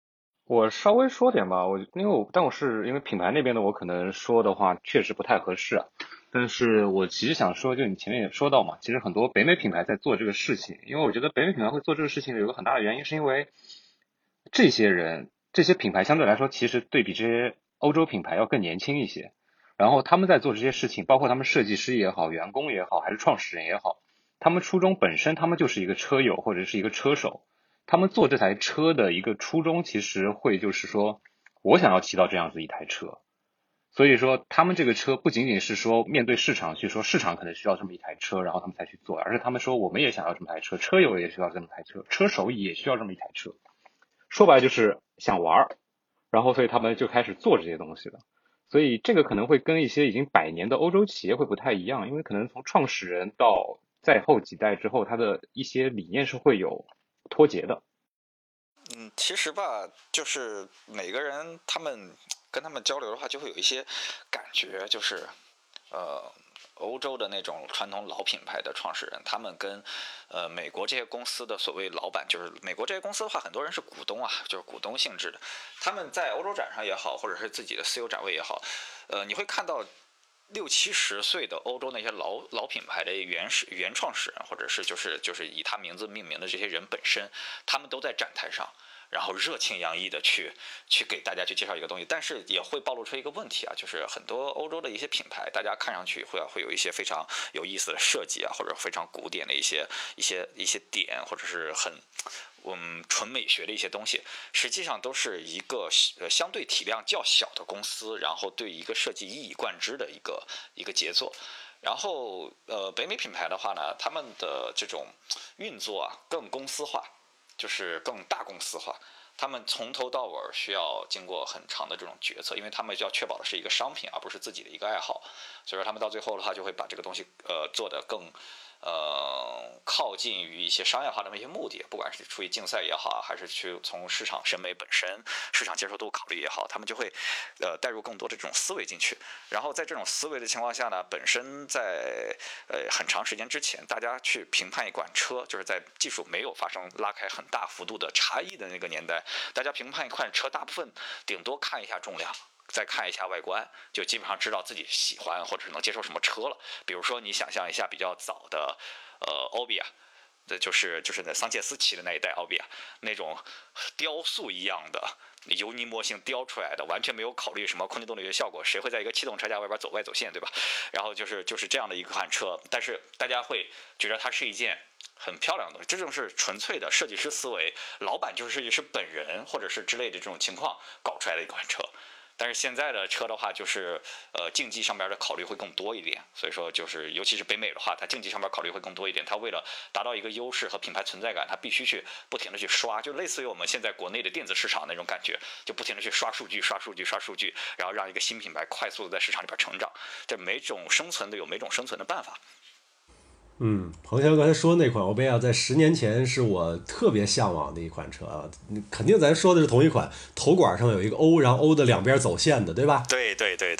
我稍微说点吧，但我是因为品牌那边的，我可能说的话确实不太合适啊。但是我其实想说，就你前面也说到嘛，其实很多北美品牌在做这个事情，因为我觉得北美品牌会做这个事情有一个很大的原因，是因为这些人、这些品牌相对来说，其实对比这些欧洲品牌要更年轻一些。然后他们在做这些事情，包括他们设计师也好、员工也好，还是创始人也好，他们初衷本身他们就是一个车友或者是一个车手。他们做这台车的一个初衷，其实会就是说，我想要骑到这样子一台车，所以说他们这个车不仅仅是说面对市场去说市场可能需要这么一台车，然后他们才去做，而是他们说我们也想要这么台车，车友也需要这么台车，车手也需要这么一台车，说白了就是想玩儿，然后所以他们就开始做这些东西了。所以这个可能会跟一些已经100年的欧洲企业会不太一样，因为可能从创始人到再后几代之后，他的一些理念是会有脱节的。 其实吧，就是每个人跟他们交流的话，就会有一些感觉，就是欧洲的那种传统老品牌的创始人，他们跟美国这些公司的所谓老板，就是美国这些公司的话，很多人是股东啊，就是股东性质的。他们在欧洲展上也好，或者是自己的私有展位也好，你会看到60-70岁的欧洲那些老品牌的原创始人，或者是就是以他名字命名的这些人本身，他们都在展台上，然后热情洋溢的去给大家去介绍一个东西，但是也会暴露出一个问题啊，就是很多欧洲的一些品牌，大家看上去会有一些非常有意思的设计啊，或者非常古典的一些点，或者是很纯美学的一些东西，实际上都是一个相对体量较小的公司，然后对一个设计一以贯之的一个杰作。然后北美品牌的话呢，他们的这种运作啊更公司化，就是更大公司化。他们从头到尾需要经过很长的这种决策，因为他们要确保的是一个商品，而不是自己的一个爱好。所以说他们到最后的话，就会把这个东西做得更靠近于一些商业化的一些目的，不管是出于竞赛也好，还是去从市场审美本身、市场接受度考虑也好，他们就会带入更多的这种思维进去。然后在这种思维的情况下呢，本身在很长时间之前，大家去评判一款车，就是在技术没有发生拉开很大幅度的差异的那个年代，大家评判一款车，大部分顶多看一下重量，再看一下外观，就基本上知道自己喜欢或者是能接受什么车了。比如说你想象一下比较早的欧比亚，就是那桑切斯骑的那一代奥比亚，那种雕塑一样的油泥模型雕出来的，完全没有考虑什么空气动力学效果，谁会在一个气动车架外边走外走线，对吧？然后就是这样的一款车，但是大家会觉得它是一件很漂亮的东西，这种是纯粹的设计师思维，老板就是设计师本人或者是之类的这种情况搞出来的一款车。但是现在的车的话，就是竞技上面的考虑会更多一点，所以说就是尤其是北美的话，它竞技上面考虑会更多一点。它为了达到一个优势和品牌存在感，它必须去不停的去刷，就类似于我们现在国内的电子市场那种感觉，就不停的去刷数据，然后让一个新品牌快速的在市场里边成长。这每种生存的有每种生存的办法。 彭强刚才说那款欧贝亚在10年前是我特别向往的一款车啊，肯定咱说的是同一款，头管上有一个 O， 然后 O 的两边走线的，对吧？ 对。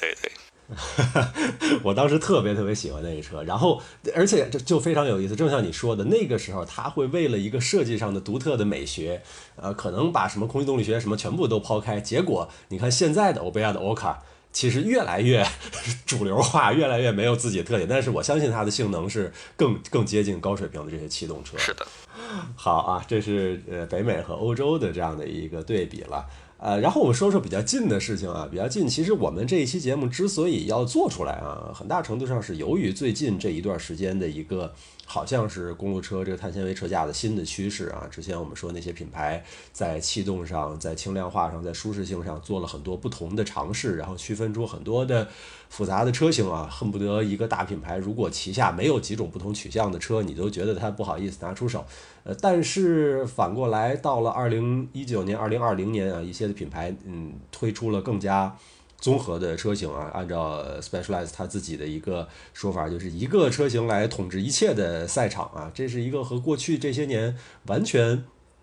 我当时特别喜欢那个车，然后而且这就非常有意思，正像你说的，那个时候他会为了一个设计上的独特的美学，可能把什么空气动力学什么全部都抛开，结果你看现在的欧贝亚的欧卡。其实越来越主流化，越来越没有自己的特点，但是我相信它的性能是更接近高水平的这些气动车。 是的。 好啊，这是北美和欧洲的这样的一个对比了。然后我们说说比较近的事情啊，比较近。其实我们这一期节目之所以要做出来啊，很大程度上是由于最近这一段时间的一个好像是公路车这个碳纤维车架的新的趋势啊。之前我们说那些品牌在气动上、在轻量化上、在舒适性上做了很多不同的尝试，然后区分出很多的复杂的车型啊，恨不得一个大品牌如果旗下没有几种不同取向的车，你都觉得它不好意思拿出手。但是反过来到了2019年、2020年啊，一些的品牌推出了更加综合的车型啊，按照 Specialized 他自己的一个说法，就是一个车型来统治一切的赛场啊，这是一个和过去这些年完全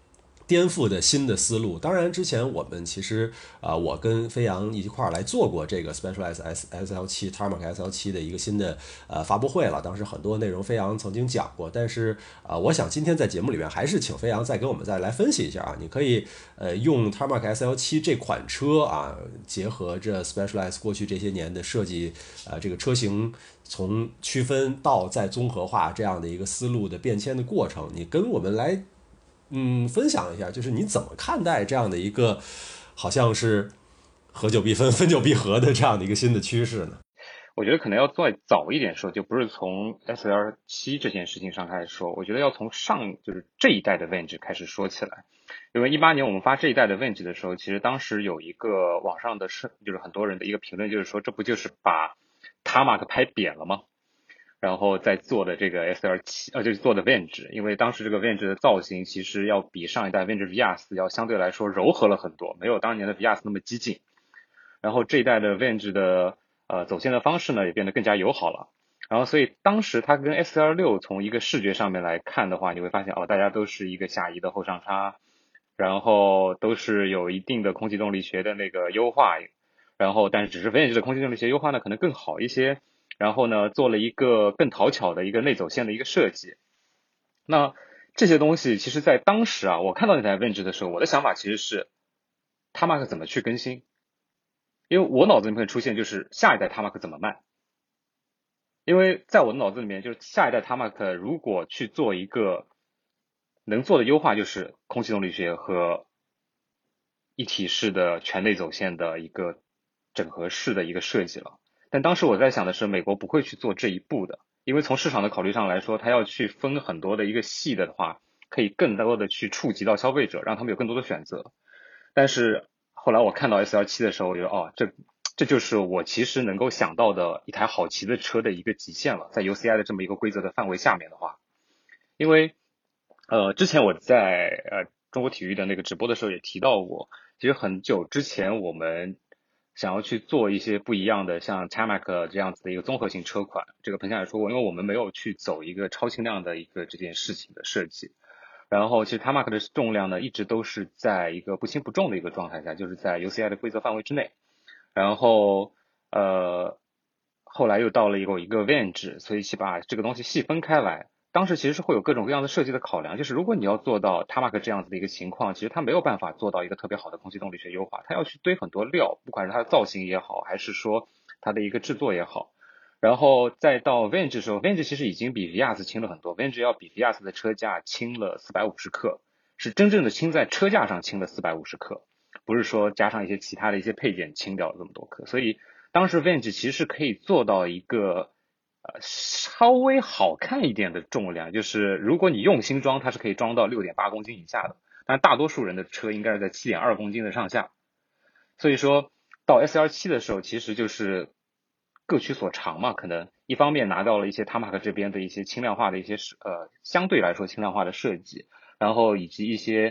颠覆的新的思路。当然，之前我们其实我跟飞扬一块儿来做过这个 Specialized SL7 Tarmac SL7 的一个新的发布会了。当时很多内容飞扬曾经讲过，但是我想今天在节目里面还是请飞扬再给我们再来分析一下啊。你可以用 Tarmac SL7 这款车啊，结合着 Specialized 过去这些年的设计这个车型从区分到再综合化这样的一个思路的变迁的过程，你跟我们来分享一下，就是你怎么看待这样的一个好像是合久必分，分久必合的这样的一个新的趋势呢？ 我觉得可能要再早一点说，就不是从 SL7 这件事情上开始说，我觉得要从就是这一代的 Venge 开始说起来。因为18年我们发这一代的 Venge 的时候，其实当时有一个网上的就是很多人的一个评论，就是说这不就是把 Tarmac 拍扁了吗？然后再做的这个 SL7 就是做的 Venge， 因为当时这个 Venge 的造型其实要比上一代 Venge Vias 要相对来说柔和了很多，没有当年的 Vias 那么激进。然后这一代的 Venge 的走线的方式呢也变得更加友好了。然后所以当时它跟 SL6 从一个视觉上面来看的话，你会发现大家都是一个下移的后上叉，然后都是有一定的空气动力学的那个优化，然后但是只是 Venge 的空气动力学优化呢可能更好一些。然后呢，做了一个更讨巧的一个内走线的一个设计。那这些东西其实在当时啊，我看到那台 Venge 的时候，我的想法其实是 Tarmac 怎么去更新，因为我脑子里面出现就是下一代 Tarmac 怎么卖。因为在我的脑子里面，就是下一代 Tarmac 如果去做一个能做的优化，就是空气动力学和一体式的全内走线的一个整合式的一个设计了。但当时我在想的是，美国不会去做这一步的，因为从市场的考虑上来说，它要去分很多的一个细的话，可以更多的去触及到消费者，让他们有更多的选择。但是后来我看到 SL7 的时候，我觉得这就是我其实能够想到的一台好骑的车的一个极限了，在 UCI 的这么一个规则的范围下面的话，因为之前我在中国体育的那个直播的时候也提到过，其实很久之前我们想要去做一些不一样的，像 Tarmac 这样子的一个综合性车款，这个彭夏也说过，因为我们没有去走一个超轻量的一个这件事情的设计。然后其实 Tarmac 的重量呢，一直都是在一个不轻不重的一个状态下，就是在 UCI 的规则范围之内。然后后来又到了一个 Venge， 所以去把这个东西细分开来。当时其实是会有各种各样的设计的考量，就是如果你要做到 Tarmac 这样子的一个情况，其实它没有办法做到一个特别好的空气动力学优化，它要去堆很多料，不管是它的造型也好，还是说它的一个制作也好。然后再到 Venge 的时候 ，Venge 其实已经比 Vias 轻了很多 ，Venge 要比 Vias 的车架轻了450克，是真正的轻在车架上轻了450克，不是说加上一些其他的一些配件轻掉了这么多克。所以当时 Venge 其实是可以做到一个稍微好看一点的重量，就是如果你用心装，它是可以装到6.8公斤以下的，但大多数人的车应该是在7.2公斤的上下。所以说到 SL7 的时候，其实就是各取所长嘛，可能一方面拿到了一些 Tarmac 这边的一些轻量化的一些相对来说轻量化的设计，然后以及一些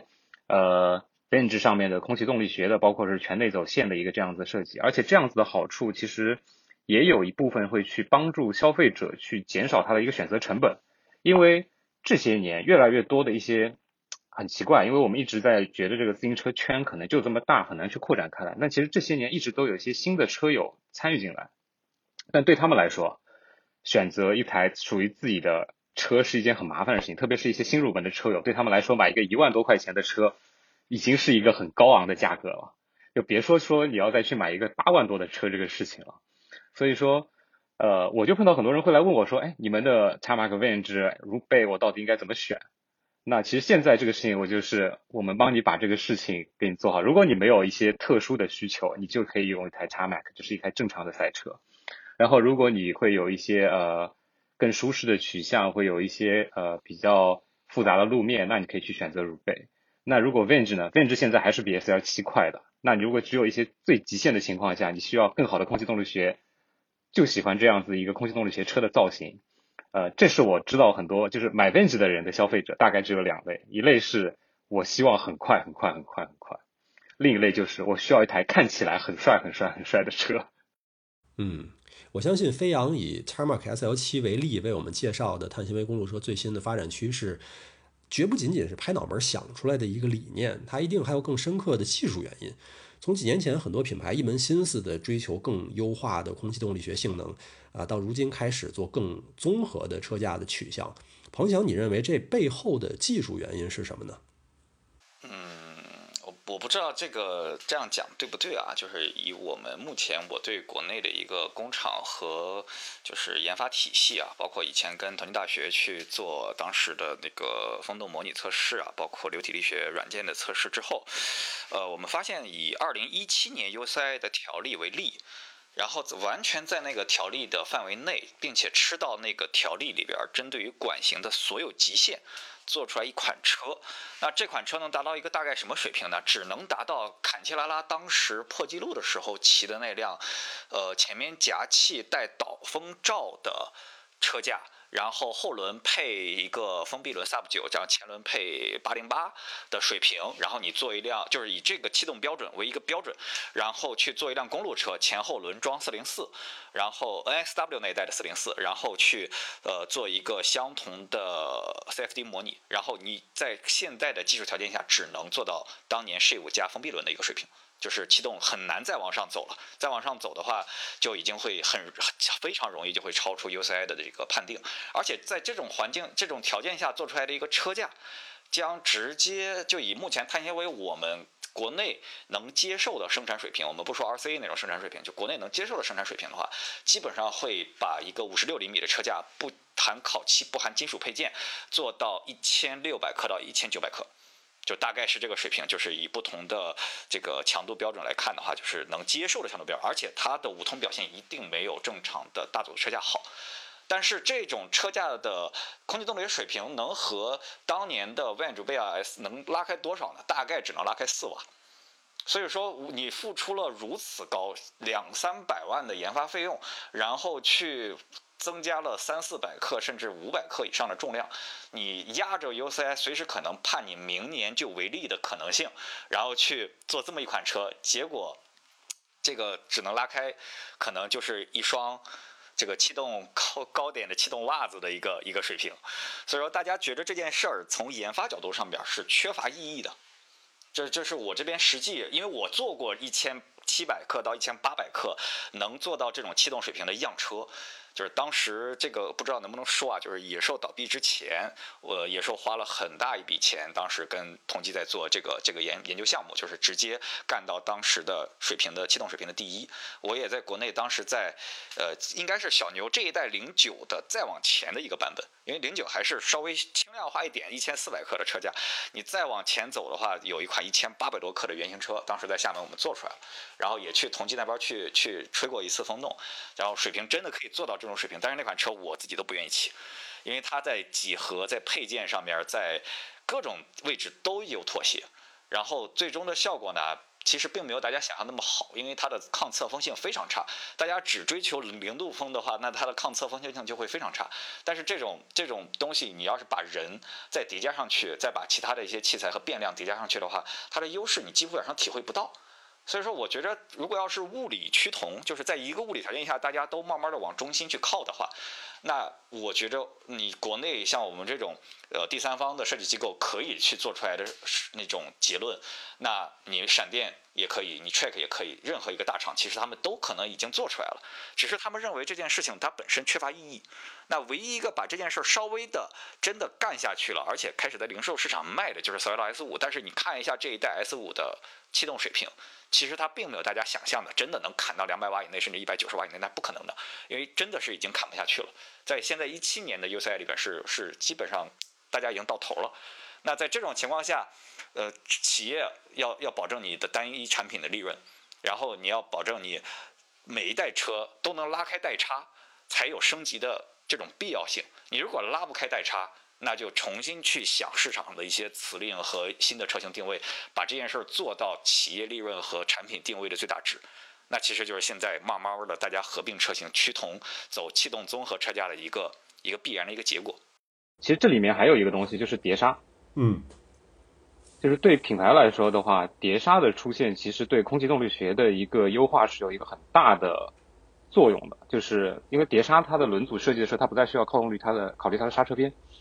Venge 上面的空气动力学的，包括是全内走线的一个这样子的设计。而且这样子的好处其实也有一部分会去帮助消费者去减少他的一个选择成本，因为这些年越来越多的一些很奇怪，因为我们一直在觉得这个自行车圈可能就这么大，很难去扩展开来。但其实这些年一直都有一些新的车友参与进来，但对他们来说，选择一台属于自己的车是一件很麻烦的事情，特别是一些新入门的车友，对他们来说买一个1万多块钱的车已经是一个很高昂的价格了，就别说你要再去买一个8万多的车这个事情了。所以说我就碰到很多人会来问我说，你们的 Tarmac Venge 如贝我到底应该怎么选？那其实现在这个事情我们帮你把这个事情给你做好。如果你没有一些特殊的需求，你就可以用一台 Tarmac， 就是一台正常的赛车。然后如果你会有一些更舒适的取向，会有一些比较复杂的路面，那你可以去选择乳贝。那如果 Venge 呢 ？Venge 现在还是比 SL7 快的。那你如果只有一些最极限的情况下，你需要更好的空气动力学，就喜欢这样子一个空气动力学车的造型。这是我知道很多就是买 Venge 的人的消费者大概只有2类，一类是我希望很快很快很快很快，另一类就是我需要一台看起来很帅很帅很帅的车。 我相信飞扬以 Tarmac SL7 为例为我们介绍的碳纤维公路车最新的发展趋势， 绝不仅仅是拍脑门想出来的一个理念，它一定还有更深刻的技术原因。从几年前很多品牌一门心思的追求更优化的空气动力学性能到如今开始做更综合的车架的取向，彭翔，你认为这背后的技术原因是什么呢？ 我不知道这样讲对不对啊？就是以我们目前我对国内的一个工厂和就是研发体系啊，包括以前跟同济大学去做当时的那个风洞模拟测试啊，包括流体力学软件的测试之后，我们发现以2017年 UCI 的条例为例，然后完全在那个条例的范围内，并且吃到那个条例里边针对于管型的所有极限，做出来一款车。那这款车能达到一个大概什么水平呢？只能达到坎切拉拉当时破纪录的时候骑的那辆前面夹气带导风罩的车架，然后后轮配一个封闭轮 Sub9， 这样前轮配808的水平，然后你做一辆就是以这个气动标准为一个标准，然后去做一辆公路车，前后轮装404，然后 NSW 那一代的404，然后去做一个相同的 CFD 模拟，然后你在现在的技术条件下只能做到当年 Shiv 加封闭轮的一个水平。就是气动很难再往上走了，再往上走的话，就已经会非常容易就会超出 UCI 的这个判定，而且在这种环境、这种条件下做出来的一个车架，将直接就以目前碳纤维我们国内能接受的生产水平，我们不说 RCA 那种生产水平，就国内能接受的生产水平的话，基本上会把一个56厘米的车架不含烤漆、不含金属配件，做到1600克到1900克。就大概是这个水平，就是以不同的这个强度标准来看的话，就是能接受的强度标准，而且它的5通表现一定没有正常的大组车架好。但是这种车架的空气动力水平能和当年的 Vange BRS 能拉开多少呢？大概只能拉开4瓦。所以说你付出了如此高200-300万的研发费用，然后去增加了300-400克甚至500克以上的重量，你压着 UCI 随时可能判你明年就违例的可能性，然后去做这么一款车，结果这个只能拉开可能就是一双这个气动高点的气动袜子的一个水平。所以说大家觉得这件事儿从研发角度上边是缺乏意义的。这是我这边实际，因为我做过1700克到1800克能做到这种气动水平的样车。就是当时这个不知道能不能说啊，就是野兽倒闭之前，野兽花了很大一笔钱，当时跟同济在做这个研究项目，就是直接干到当时的水平的气动水平的第一。我也在国内当时在应该是小牛这一代09的再往前的一个版本，因为09还是稍微轻量化一点，1400克的车架，你再往前走的话，有一款1800多克的原型车，当时在厦门我们做出来了，然后也去同济那边去吹过一次风洞，然后水平真的可以做到这种水平，但是那款车我自己都不愿意骑，因为它在几何、在配件上面、在各种位置都有妥协，然后最终的效果呢，其实并没有大家想象那么好，因为它的抗侧风性非常差。大家只追求0度风的话，那它的抗侧风性就会非常差。但是这种东西，你要是把人再叠加上去，再把其他的一些器材和变量叠加上去的话，它的优势你基本上体会不到。所以说我觉得如果要是物理趋同，就是在一个物理条件下大家都慢慢的往中心去靠的话，那我觉得你国内像我们这种第三方的设计机构可以去做出来的那种结论，那你闪电也可以，你 Trek 也可以，任何一个大厂其实他们都可能已经做出来了，只是他们认为这件事情它本身缺乏意义。那唯一一个把这件事稍微的真的干下去了，而且开始在零售市场卖的就是 Soil S5， 但是你看一下这一代 S5 的气动水平，其实它并没有大家想象的真的能砍到200瓦以内甚至190瓦以内，那不可能的，因为真的是已经砍不下去了。在现在17年的 UCI 里边是基本上大家已经到头了。那在这种情况下，企业要保证你的单一产品的利润，然后你要保证你每一代车都能拉开代差，才有升级的这种必要性。你如果拉不开代差，那就重新去想市场的一些辞令和新的车型定位，把这件事做到企业利润和产品定位的最大值。那其实就是现在慢慢的大家合并车型趋同走气动综合车架的一个必然的一个结果。 其实这里面还有一个东西就是碟刹，就是对品牌来说的话，碟刹的出现其实对空气动力学的一个优化是有一个很大的作用的，就是因为碟刹它的轮组设计的时候，它不再需要考虑它的刹车边，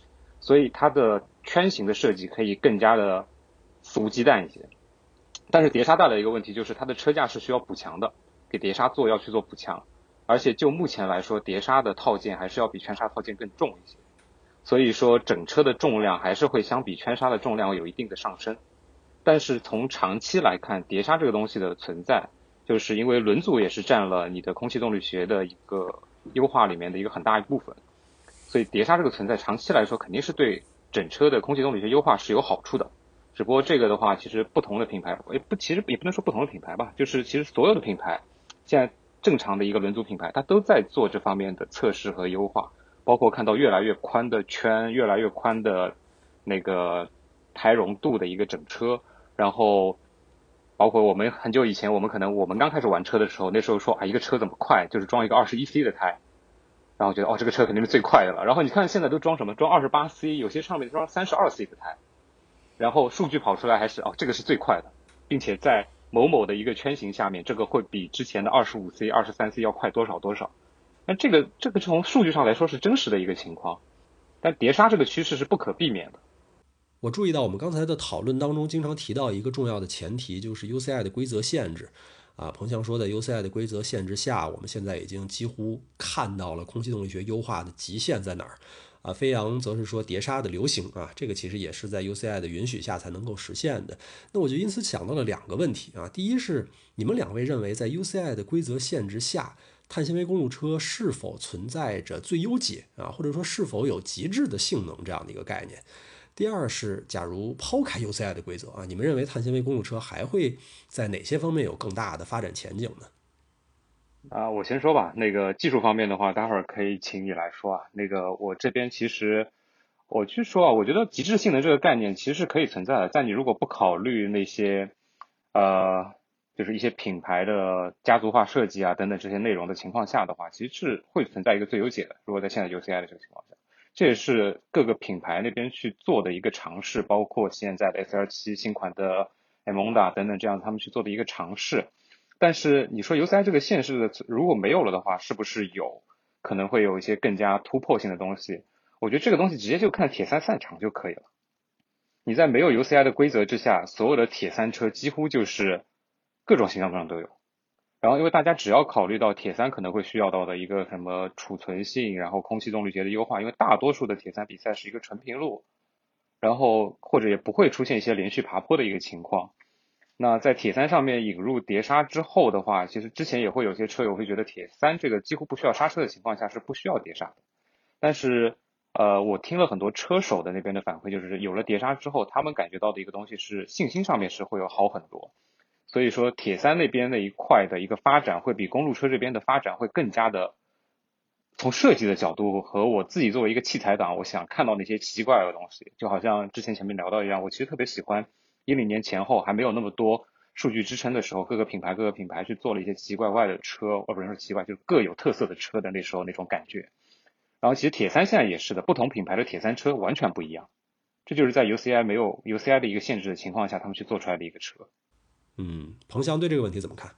所以它的圈形的设计可以更加的肆无忌惮一些。但是碟刹带来的一个问题就是它的车架是需要补强的，给碟刹要去做补强，而且就目前来说，碟刹的套件还是要比圈刹套件更重一些，所以说整车的重量还是会相比圈刹的重量有一定的上升。但是从长期来看，碟刹这个东西的存在，就是因为轮组也是占了你的空气动力学的一个优化里面的一个很大一部分，所以碟刹这个存在长期来说肯定是对整车的空气动力学优化是有好处的。只不过这个的话，其实不同的品牌，其实也不能说不同的品牌吧，就是其实所有的品牌，现在正常的一个轮组品牌，它都在做这方面的测试和优化，包括看到越来越宽的圈，越来越宽的那个胎容度的一个整车，然后包括我们很久以前，我们刚开始玩车的时候，那时候说一个车怎么快，就是装一个21C 的胎，然后觉得这个车肯定是最快的了。然后你看现在都装什么？装28C，有些上面装32C 的胎，然后数据跑出来还是这个是最快的，并且在某某的一个圈型下面，这个会比之前的25C、23C 要快多少多少。那这个从数据上来说是真实的一个情况，但碟刹这个趋势是不可避免的。 我注意到我们刚才的讨论当中经常提到一个重要的前提，就是 UCI 的规则限制。彭翔说的 UCI 的规则限制下，我们现在已经几乎看到了空气动力学优化的极限在哪儿。飞扬则是说碟刹的流行这个其实也是在 UCI 的允许下才能够实现的。那我就因此想到了两个问题第一是你们两位认为在 UCI 的规则限制下，碳纤维公路车是否存在着最优解或者说是否有极致的性能这样的一个概念？第二是，假如抛开 UCI 的规则你们认为碳纤维公路车还会在哪些方面有更大的发展前景呢？ 我先说吧。那个技术方面的话，待会儿可以请你来说那个我这边其实我去说我觉得极致性能这个概念其实是可以存在的，在你如果不考虑那些就是一些品牌的家族化设计等等这些内容的情况下的话，其实是会存在一个最优解的。如果在现在 UCI 的这个情况下，这也是各个品牌那边去做的一个尝试，包括现在的 SL7 新款的 Emonda 等等这样他们去做的一个尝试。但是你说 UCI 这个限制的如果没有了的话，是不是可能会有一些更加突破性的东西？我觉得这个东西直接就看铁三赛场就可以了。你在没有 UCI 的规则之下，所有的铁三车几乎就是各种形状上都有。然后因为大家只要考虑到铁三可能会需要到的一个什么储存性，然后空气动力学的优化，因为大多数的铁三比赛是一个纯平路，然后或者也不会出现一些连续爬坡的一个情况。那在铁三上面引入碟刹之后的话，其实之前也会有些车友会觉得铁三这个几乎不需要刹车的情况下是不需要碟刹的。但是我听了很多车手的那边的反馈，就是有了碟刹之后，他们感觉到的一个东西是信心上面是会有好很多。所以说铁三那边那一块的一个发展会比公路车这边的发展会更加的，从设计的角度和我自己作为一个器材党，我想看到那些奇怪的东西，就好像之前前面聊到一样，我其实特别喜欢10年前后还没有那么多数据支撑的时候，各个品牌去做了一些奇奇怪怪的车，不是说奇怪，就是各有特色的车的那时候那种感觉。然后其实铁三现在也是的，不同品牌的铁三车完全不一样，这就是在 UCI 没有 UCI 的一个限制的情况下，他们去做出来的一个车。 彭翔对这个问题怎么看？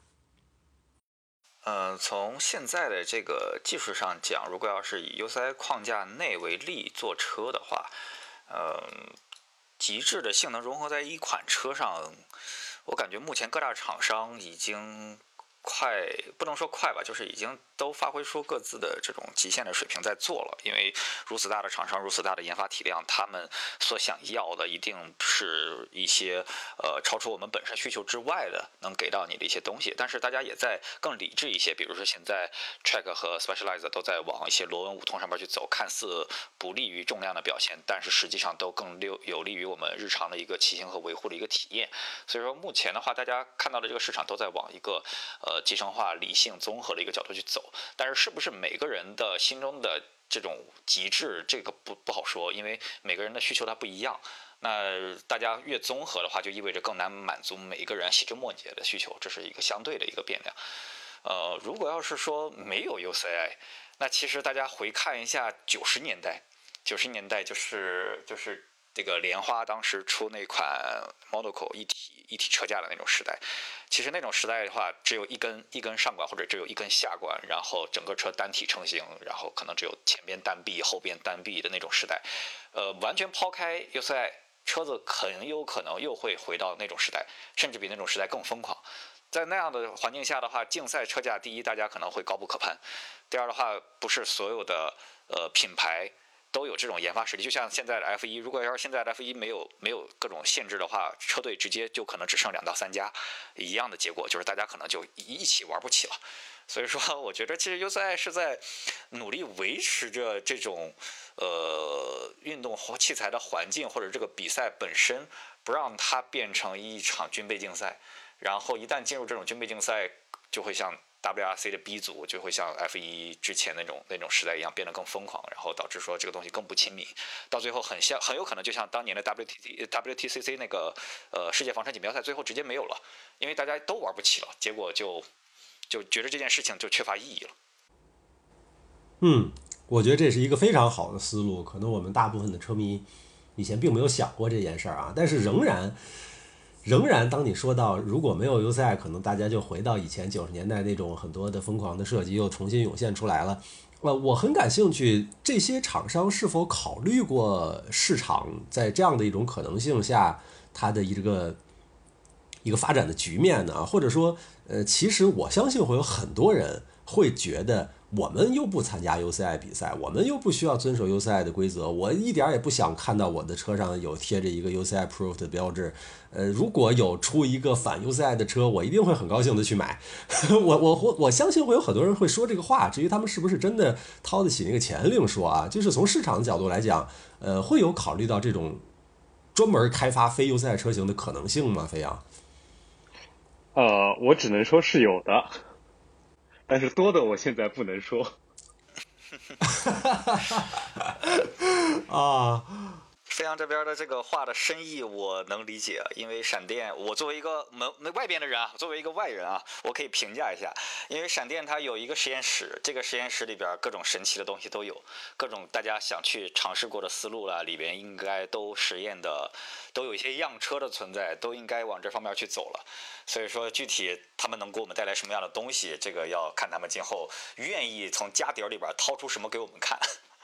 从现在的这个技术上讲，如果要是以 UCI 框架内为例做车的话，极致的性能融合在一款车上，我感觉目前各大厂商已经不能说快吧，就是已经都发挥出各自的这种极限的水平在做了。因为如此大的厂商，如此大的研发体量，他们所想要的一定是一些超出我们本身需求之外的能给到你的一些东西。但是大家也在更理智一些，比如说现在 Track 和 Specialized 都在往一些螺纹五通上面去走，看似不利于重量的表现，但是实际上都更有利于我们日常的一个骑行和维护的一个体验。所以说目前的话，大家看到的这个市场都在往一个集成化、理性、综合的一个角度去走。但是不是每个人的心中的这种极致，这个不好说，因为每个人的需求它不一样。那大家越综合的话，就意味着更难满足每一个人细枝末节的需求，这是一个相对的一个变量。如果要是说没有 UCI， 那其实大家回看一下90年代，90年代就是这个莲花当时出那款 Monaco 一体车架的那种时代，其实那种时代的话，只有一根上管或者只有一根下管，然后整个车单体成型，然后可能只有前边单臂后边单臂的那种时代。完全抛开 UCI， 车子很有可能又会回到那种时代，甚至比那种时代更疯狂。在那样的环境下的话，竞赛车架第一大家可能会高不可攀，第二的话不是所有的品牌都有这种研发实力。就像现在的 F1， 如果要是现在的 F1 没有各种限制的话，车队直接就可能只剩2到3家，一样的结果就是大家可能就一起玩不起了。所以说我觉得其实 UCI 是在努力维持着这种运动器材的环境，或者这个比赛本身不让它变成一场军备竞赛，然后一旦进入这种军备竞赛，就会像 WRC 的 B 组，就会像 F1 之前那种时代一样变得更疯狂，然后导致说这个东西更不亲民，到最后很有可能就像当年的 WTCC 那个世界房产锦标赛最后直接没有了，因为大家都玩不起了，结果就觉得这件事情就缺乏意义了。 我觉得这是一个非常好的思路，可能我们大部分的车迷以前并没有想过这件事儿啊，但是仍然当你说到如果没有 UCI， 可能大家就回到以前90年代那种很多的疯狂的设计又重新涌现出来了。我很感兴趣，这些厂商是否考虑过市场在这样的一种可能性下它的一个发展的局面呢？或者说其实我相信会有很多人会觉得，我们又不参加 UCI 比赛，我们又不需要遵守 UCI 的规则，我一点也不想看到我的车上有贴着一个 UCI Proof 的标志。如果有出一个反 UCI 的车，我一定会很高兴的去买。我相信会有很多人会说这个话，至于他们是不是真的掏得起那个钱另说啊。就是从市场的角度来讲，会有考虑到这种专门开发非 UCI 车型的可能性吗？飞扬？ 我只能说是有的，但是多的我现在不能说。 啊， 飞扬这边的这个话的深意我能理解，因为闪电，我作为一个外边的人啊，作为一个外人啊，我可以评价一下。因为闪电它有一个实验室，这个实验室里边各种神奇的东西都有，各种大家想去尝试过的思路啦，里边应该都实验的，都有一些样车的存在，都应该往这方面去走了。所以说，具体他们能给我们带来什么样的东西，这个要看他们今后愿意从家底里边掏出什么给我们看。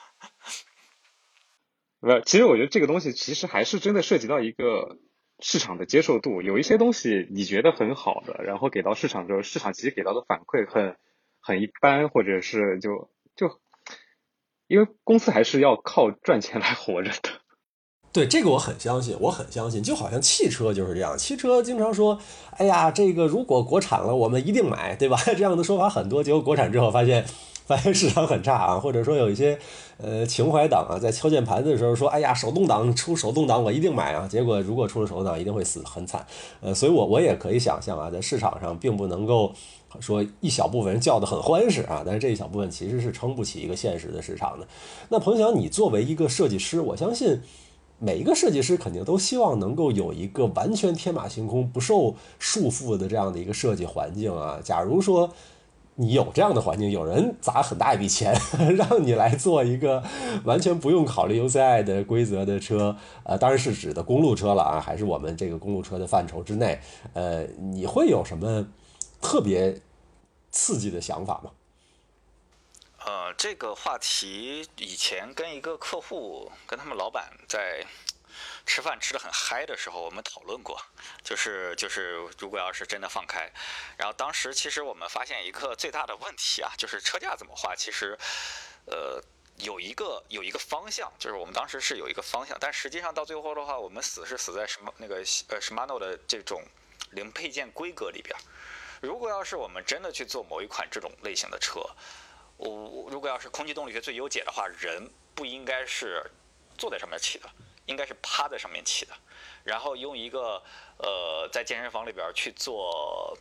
其实我觉得这个东西其实还是真的涉及到一个市场的接受度。有一些东西你觉得很好的，然后给到市场之后，市场其实给到的反馈很一般，或者是就因为公司还是要靠赚钱来活着的。 对，这个我很相信，就好像汽车就是这样，汽车经常说，哎呀，这个如果国产了，我们一定买，对吧？这样的说法很多，结果国产之后发现市场很差啊，或者说有一些情怀党啊，在敲键盘的时候说，哎呀，手动挡出手动挡我一定买啊，结果如果出了手动挡一定会死很惨。所以我也可以想象啊，在市场上并不能够说一小部分人叫得很欢实啊，但是这一小部分其实是撑不起一个现实的市场的。那彭翔，你作为一个设计师，我相信每一个设计师肯定都希望能够有一个完全天马行空、不受束缚的这样的一个设计环境啊。假如说你有这样的环境，有人砸很大一笔钱让你来做一个完全不用考虑 UCI 的规则的车，当然是指的公路车了啊，还是我们这个公路车的范畴之内，你会有什么特别刺激的想法吗？ 这个话题以前跟一个客户跟他们老板在吃饭吃得很嗨的时候，我们讨论过，就是如果要是真的放开，然后当时其实我们发现一个最大的问题啊，就是车架怎么画，其实有一个方向，就是我们当时是有一个方向，但实际上到最后的话，我们死在Shimano 的这种零配件规格里边。如果要是我们真的去做某一款这种类型的车，如果要是空气动力学最优解的话，人不应该是坐在上面骑的，应该是趴在上面骑的，然后用一个在健身房里边去做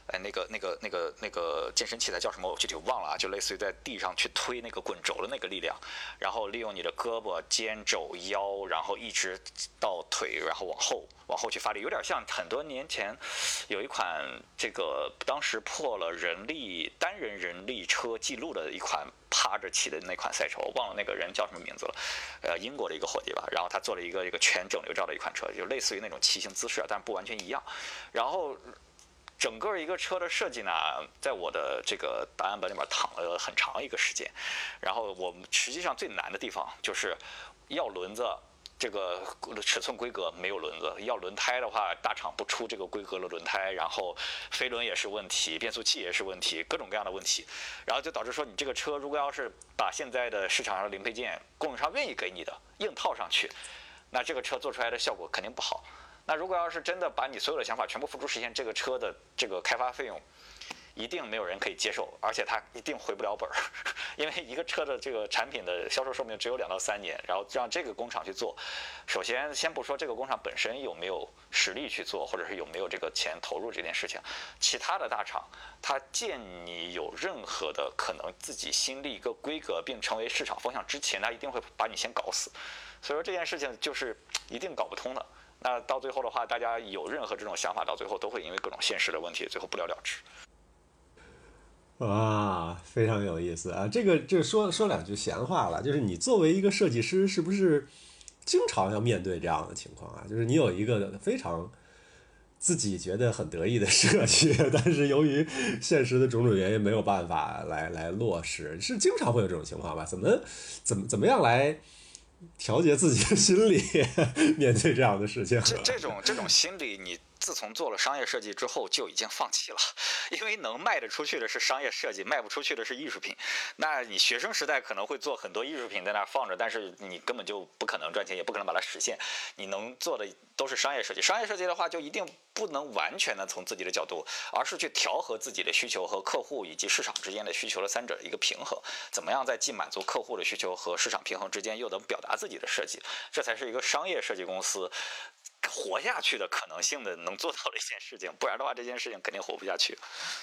那个健身器材叫什么？我具体忘了啊，就类似于在地上去推那个滚轴的那个力量，然后利用你的胳膊、肩、肘、腰，然后一直到腿，然后往后去发力，有点像很多年前有一款这个当时破了单人人力车记录的一款趴着骑的那款赛车，我忘了那个人叫什么名字了，英国的一个伙计吧，然后他做了一个全整流罩的一款车，就类似于那种骑行姿势，但不完全一样，然后。整个一个车的设计呢，在我的这个档案本里面躺了很长一个时间，然后我们实际上最难的地方就是要轮子，这个尺寸规格没有轮子，要轮胎的话大厂不出这个规格的轮胎，然后飞轮也是问题，变速器也是问题，各种各样的问题，然后就导致说你这个车如果要是把现在的市场上的零配件供应商愿意给你的硬套上去，那这个车做出来的效果肯定不好。那如果要是真的把你所有的想法全部付诸实现，这个车的这个开发费用一定没有人可以接受，而且它一定回不了本儿，因为一个车的这个产品的销售寿命只有2到3年，然后让这个工厂去做，首先先不说这个工厂本身有没有实力去做，或者是有没有这个钱投入这件事情，其他的大厂他见你有任何的可能自己新立一个规格并成为市场风向之前，他一定会把你先搞死，所以说这件事情就是一定搞不通的。那到最后的话，大家有任何这种想法，到最后都会因为各种现实的问题，最后不了了之。 啊，非常有意思啊！这说两句闲话了，就是你作为一个设计师，是不是经常要面对这样的情况啊？就是你有一个非常自己觉得很得意的设计，但是由于现实的种种原因没有办法来落实，是经常会有这种情况吧？怎么样来调节自己的心理，面对这样的事情？ 这种心理，你自从做了商业设计之后就已经放弃了，因为能卖得出去的是商业设计，卖不出去的是艺术品。那你学生时代可能会做很多艺术品在那放着，但是你根本就不可能赚钱，也不可能把它实现。你能做的都是商业设计。商业设计的话，就一定不能完全的从自己的角度，而是去调和自己的需求和客户以及市场之间的需求的三者的一个平衡。怎么样在既满足客户的需求和市场平衡之间，又能表达自己的设计，这才是一个商业设计公司活下去的可能性的能做到的一件事情，不然的话这件事情肯定活不下去。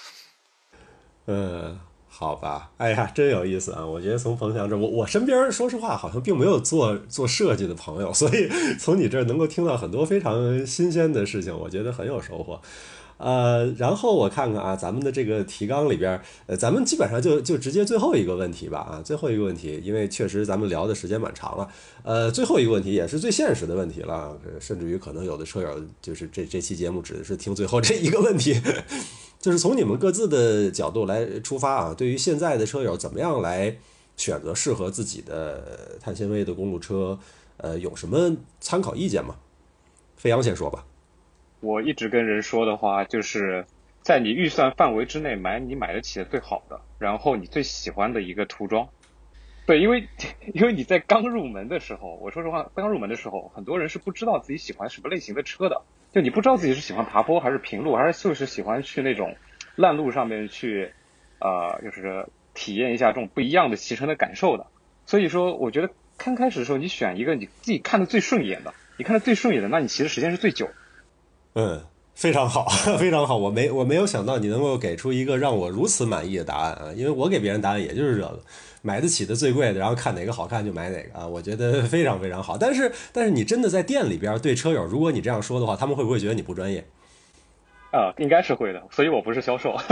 好吧，哎呀，真有意思啊！我觉得从彭翔这，我身边说实话好像并没有做设计的朋友，所以从你这儿能够听到很多非常新鲜的事情，我觉得很有收获。然后我看看啊，咱们的这个提纲里边，咱们基本上就直接最后一个问题吧啊，最后一个问题，因为确实咱们聊的时间蛮长了，最后一个问题也是最现实的问题了，甚至于可能有的车友就是这期节目只是听最后这一个问题，就是从你们各自的角度来出发啊，对于现在的车友怎么样来选择适合自己的碳纤维的公路车，有什么参考意见吗？飞扬先说吧。 我一直跟人说的话，就是在你预算范围之内买你买得起的最好的，然后你最喜欢的一个涂装。对，因为你在刚入门的时候，我说实话，刚入门的时候，很多人是不知道自己喜欢什么类型的车的。就你不知道自己是喜欢爬坡还是平路，还是就是喜欢去那种烂路上面去，就是体验一下这种不一样的骑乘的感受的。所以说，我觉得刚开始的时候，你选一个你自己看得最顺眼的，那你骑的时间是最久。 非常好，非常好。我没有想到你能够给出一个让我如此满意的答案啊！因为我给别人答案也就是这个，买得起的最贵的，然后看哪个好看就买哪个啊！我觉得非常非常好。但是你真的在店里边对车友，如果你这样说的话，他们会不会觉得你不专业？ 应该是会的，所以我不是销售。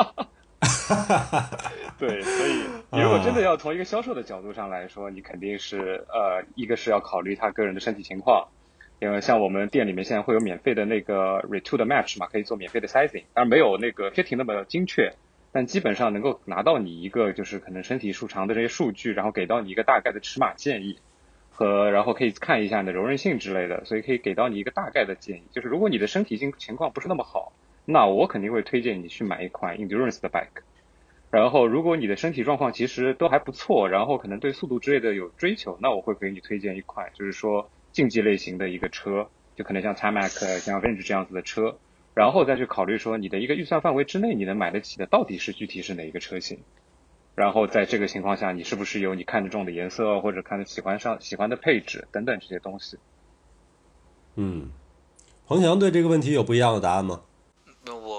对，所以你如果真的要从一个销售的角度上来说，你肯定是一个是要考虑他个人的身体情况。因为像我们店里面现在会有免费的那个 Retune 的 Match 嘛，可以做免费的 sizing， 当然没有那个 fitting 那么精确，但基本上能够拿到你一个就是可能身体数长的这些数据，然后给到你一个大概的尺码建议，然后可以看一下你的柔韧性之类的，所以可以给到你一个大概的建议。就是如果你的身体情况不是那么好，那我肯定会推荐你去买一款 endurance 的 bike。然后如果你的身体状况其实都还不错，然后可能对速度之类的有追求，那我会给你推荐一款就是说竞技类型的一个车，就可能像 Tarmac 像 Venge 这样子的车，然后再去考虑说你的一个预算范围之内你能买得起的到底是具体是哪一个车型，然后在这个情况下你是不是有你看得中的颜色或者喜欢的配置等等这些东西。 彭翔对这个问题有不一样的答案吗？ 我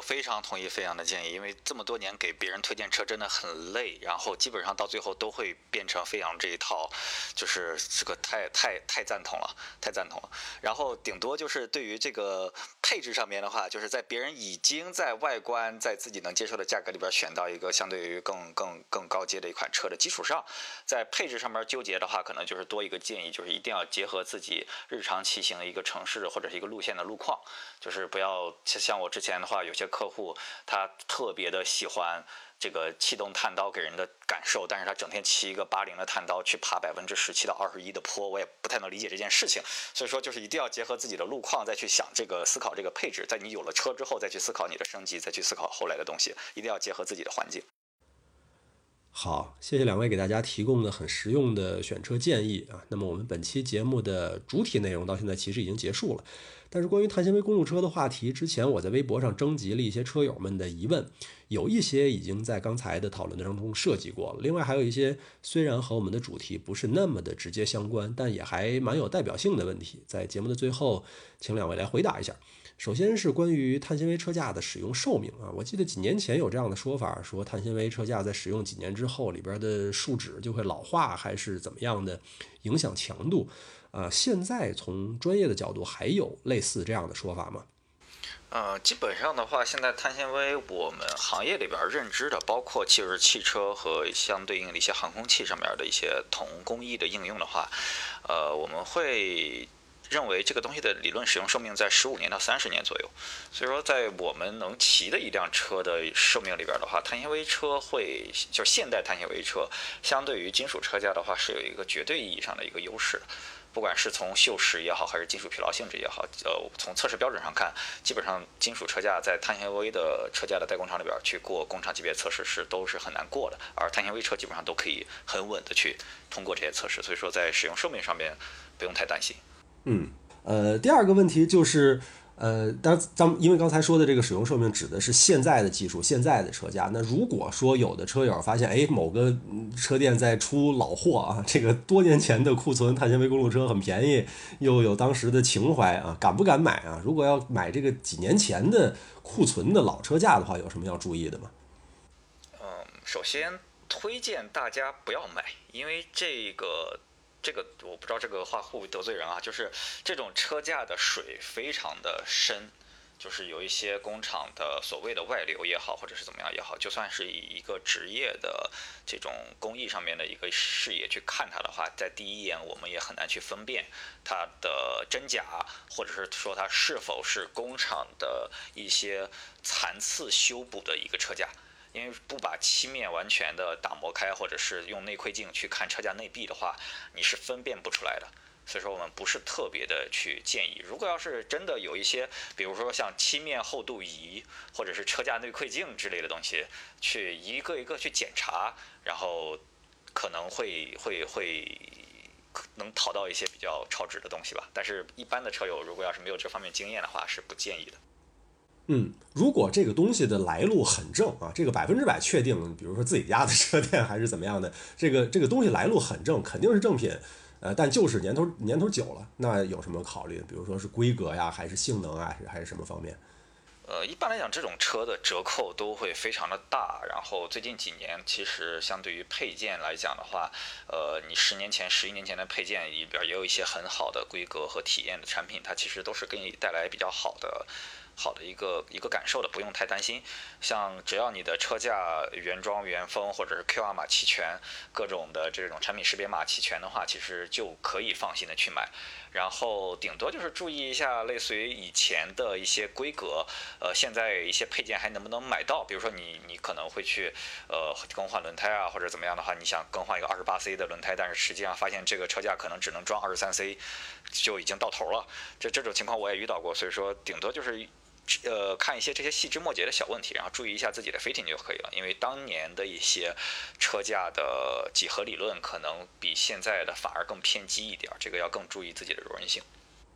非常同意飞扬的建议，因为这么多年给别人推荐车真的很累，然后基本上到最后都会变成飞扬这一套，就是这个太赞同了，太赞同了。然后顶多就是对于这个配置上面的话，就是在别人已经在外观在自己能接受的价格里边选到一个相对于更高阶的一款车的基础上，在配置上面纠结的话，可能就是多一个建议，就是一定要结合自己日常骑行的一个城市或者是一个路线的路况，就是不要像我之前的话，有些客户他特别的喜欢这个气动碳刀给人的感受，但是他整天骑一个80的碳刀去爬17%到21%的坡，我也不太能理解这件事情。所以说就是一定要结合自己的路况再去想这个思考这个配置，在你有了车之后再去思考你的升级，再去思考后来的东西，一定要结合自己的环境。 好，谢谢两位给大家提供的很实用的选车建议啊。那么我们本期节目的主体内容到现在其实已经结束了，但是关于碳纤维公路车的话题，之前我在微博上征集了一些车友们的疑问，有一些已经在刚才的讨论当中涉及过了，另外还有一些虽然和我们的主题不是那么的直接相关，但也还蛮有代表性的问题，在节目的最后请两位来回答一下。首先是关于碳纤维车架的使用寿命啊，我记得几年前有这样的说法，说碳纤维车架在使用几年之后，里边的树脂就会老化，还是怎么样的影响强度？现在从专业的角度还有类似这样的说法吗？ 基本上的话，现在碳纤维我们行业里边认知的，包括就是汽车和相对应的一些航空器上面的一些同工艺的应用的话，我们会认为这个东西的理论使用寿命在15年到30年左右，所以说在我们能骑的一辆车的寿命里边的话，碳纤维车就是现代碳纤维车相对于金属车架的话是有一个绝对意义上的一个优势的。不管是从锈蚀也好，还是金属疲劳性质也好，从测试标准上看，基本上金属车架在碳纤维的车架的代工厂里边去过工厂级别测试都是很难过的，而碳纤维车基本上都可以很稳的去通过这些测试，所以说在使用寿命上面不用太担心。 第二个问题就是，因为刚才说的这个使用寿命指的是现在的技术，现在的车架。那如果说有的车友发现，某个车店在出老货啊，这个多年前的库存碳纤维公路车很便宜，又有当时的情怀啊，敢不敢买啊？如果要买这个几年前的库存的老车架的话，有什么要注意的吗？ 首先推荐大家不要买，因为这个我不知道这个话会不会得罪人啊，就是这种车架的水非常的深，就是有一些工厂的所谓的外流也好，或者是怎么样也好，就算是以一个职业的这种工艺上面的一个视野去看它的话，在第一眼我们也很难去分辨它的真假，或者是说它是否是工厂的一些残次修补的一个车架。因为不把漆面完全的打磨开，或者是用内窥镜去看车架内壁的话，你是分辨不出来的。所以说我们不是特别的去建议。如果要是真的有一些，比如说像漆面厚度仪，或者是车架内窥镜之类的东西，去一个一个去检查，然后可能会能淘到一些比较超值的东西吧。但是一般的车友如果要是没有这方面经验的话，是不建议的。 如果这个东西的来路很正啊，这个100%确定，比如说自己家的车店还是怎么样的，这个东西来路很正，肯定是正品，但就是年头久了，那有什么考虑？比如说是规格呀，还是性能啊，还是什么方面？ 一般来讲，这种车的折扣都会非常的大。然后最近几年，其实相对于配件来讲的话，你10年前、11年前的配件里边也有一些很好的规格和体验的产品，它其实都是给你带来比较好的一个感受的，不用太担心。像只要你的车架原装原封或者是 QR 码齐全，各种的这种产品识别码齐全的话，其实就可以放心的去买。然后顶多就是注意一下类似于以前的一些规格，现在一些配件还能不能买到？比如说你可能会去更换轮胎啊，或者怎么样的话，你想更换一个28C 的轮胎，但是实际上发现这个车架可能只能装23C，就已经到头了。这种情况我也遇到过，所以说顶多就是看一些这些细枝末节的小问题，然后注意一下自己的 fitting 就可以了。因为当年的一些车架的几何理论可能比现在的反而更偏激一点，这个要更注意自己的柔韧性。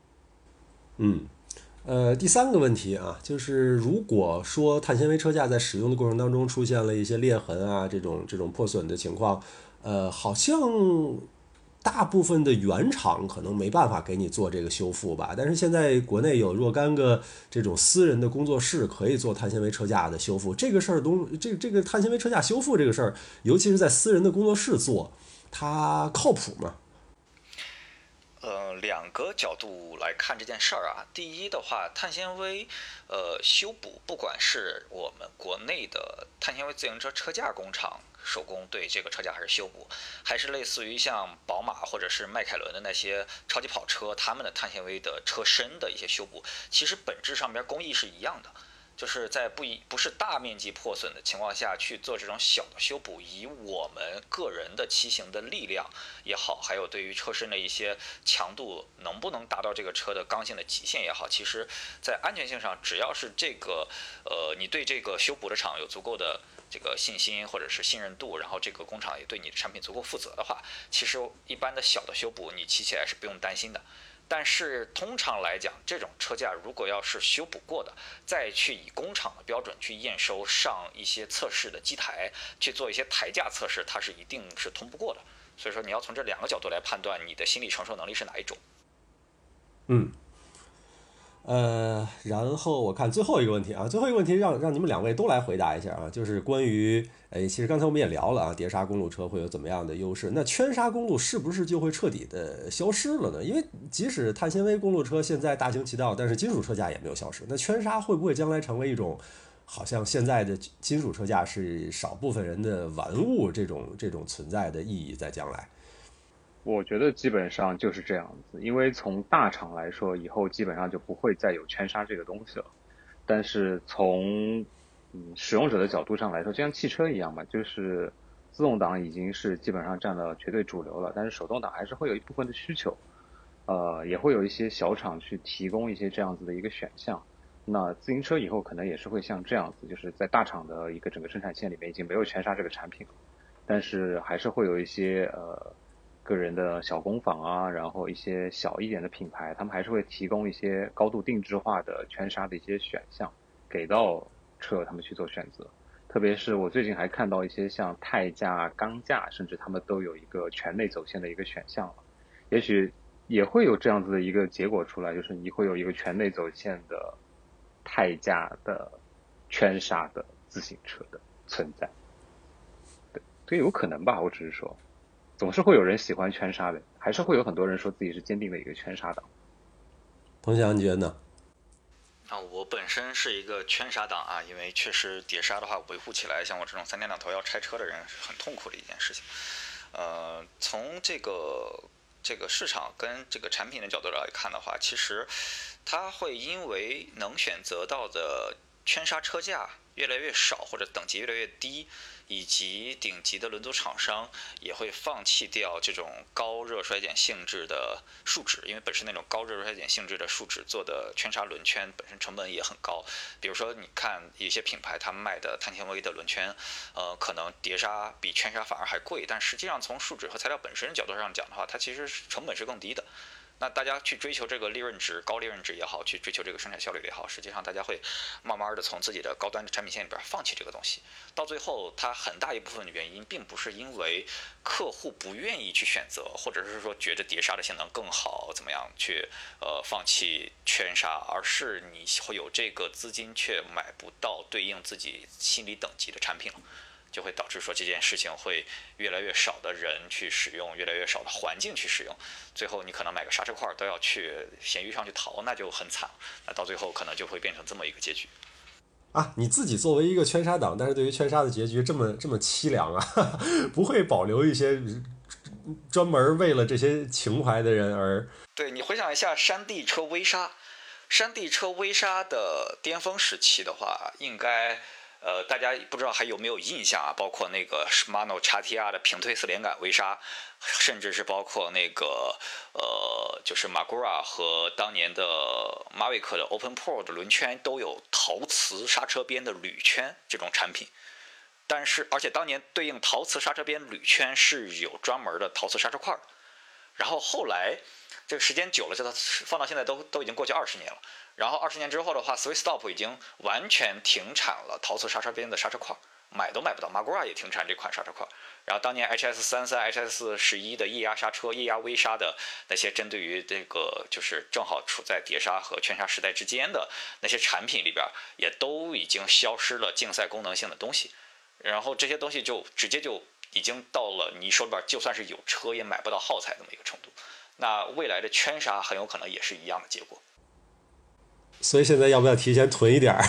第三个问题啊，就是如果说碳纤维车架在使用的过程当中出现了一些裂痕啊，这种破损的情况，好像大部分的原厂可能没办法给你做这个修复吧，但是现在国内有若干个这种私人的工作室可以做碳纤维车架的修复。这个事儿这个碳纤维车架修复这个事儿，尤其是在私人的工作室做，它靠谱吗？ 两个角度来看这件事儿啊。第一的话，碳纤维修补，不管是我们国内的碳纤维自行车车架工厂手工对这个车架还是修补，还是类似于像宝马或者是迈凯伦的那些超级跑车，他们的碳纤维的车身的一些修补，其实本质上边工艺是一样的。就是在不是大面积破损的情况下去做这种小的修补，以我们个人的骑行的力量也好，还有对于车身的一些强度能不能达到这个车的刚性的极限也好，其实在安全性上，只要是这个你对这个修补的厂有足够的这个信心或者是信任度，然后这个工厂也对你的产品足够负责的话，其实一般的小的修补你骑起来是不用担心的。但是通常来讲，这种车架如果要是修补过的，再去以工厂的标准去验收，上一些测试的机台去做一些台架测试，它是一定是通不过的。所以说你要从这两个角度来判断你的心理承受能力是哪一种。 嗯。然后我看最后一个问题啊，最后一个问题让你们两位都来回答一下啊，就是关于，其实刚才我们也聊了啊，碟刹公路车会有怎么样的优势？那圈刹公路是不是就会彻底的消失了呢？因为即使碳纤维公路车现在大行其道，但是金属车架也没有消失。那圈刹会不会将来成为一种，好像现在的金属车架是少部分人的玩物这种存在的意义在将来？ 我觉得基本上就是这样子，因为从大厂来说，以后基本上就不会再有圈刹这个东西了。但是从使用者的角度上来说，就像汽车一样嘛，就是自动挡已经是基本上占了绝对主流了，但是手动挡还是会有一部分的需求，也会有一些小厂去提供一些这样子的一个选项。那自行车以后可能也是会像这样子，就是在大厂的一个整个生产线里面已经没有圈刹这个产品了，但是还是会有一些个人的小工坊啊，然后一些小一点的品牌，他们还是会提供一些高度定制化的圈刹的一些选项给到车友他们去做选择。特别是我最近还看到一些像钛架、钢架，甚至他们都有一个全内走线的一个选项了。也许也会有这样子的一个结果出来，就是你会有一个全内走线的钛架的圈刹的自行车的存在。对，这有可能吧，我只是说。总是会有人喜欢圈刹的，还是会有很多人说自己是坚定的一个圈刹党。 彭翔，你觉得呢？ 我本身是一个圈刹党啊，因为确实碟刹的话维护起来，像我这种三天两头要拆车的人是很痛苦的一件事情。从这个市场跟这个产品的角度来看的话，其实它会因为能选择到的圈刹车架越来越少，或者等级越来越低，以及顶级的轮组厂商也会放弃掉这种高热衰减性质的树脂，因为本身那种高热衰减性质的树脂做的圈刹轮圈本身成本也很高。比如说你看一些品牌他们卖的碳纤维的轮圈，可能碟刹比圈刹反而还贵，但实际上从树脂和材料本身角度上讲的话，它其实成本是更低的。那大家去追求这个利润值，高利润值也好，去追求这个生产效率也好，实际上大家会慢慢的从自己的高端的产品线里边放弃这个东西。到最后，它很大一部分的原因，并不是因为客户不愿意去选择，或者是说觉得碟刹的性能更好，怎么样去放弃圈刹，而是你会有这个资金却买不到对应自己心理等级的产品了。就会导致说这件事情会越来越少的人去使用，越来越少的环境去使用，最后你可能买个刹车块都要去闲鱼上去淘，那就很惨。那到最后可能就会变成这么一个结局。 啊，你自己作为一个圈刹党，但是对于圈刹的结局这么凄凉啊，不会保留一些专门为了这些情怀的人而…… 对，你回想一下山地车微刹，山地车微刹的巅峰时期的话，应该大家不知道还有没有印象啊？包括那个 Shimano XTR 的平推四连杆微刹，甚至是包括那个就是 Magura 和当年的 Mavic 的 Open Pro 的轮圈都有陶瓷刹车边的铝圈这种产品。但是，而且当年对应陶瓷刹车边铝圈是有专门的陶瓷刹车块的。然后后来这个时间久了，这放到现在都已经过去20年了。然后20年之后的话 ，Swiss Stop 已经完全停产了陶瓷刹车边的刹车块， 买都买不到。Magura 也停产这款刹车块。然后当年 HS33、HS11的液压刹车、液压微刹的那些针对于这个就是正好处在碟刹和圈刹时代之间的那些产品里边，也都已经消失了竞赛功能性的东西。然后这些东西就直接就已经到了你手里边就算是有车也买不到耗材这么一个程度。那未来的圈刹很有可能也是一样的结果。 所以现在要不要提前囤一点？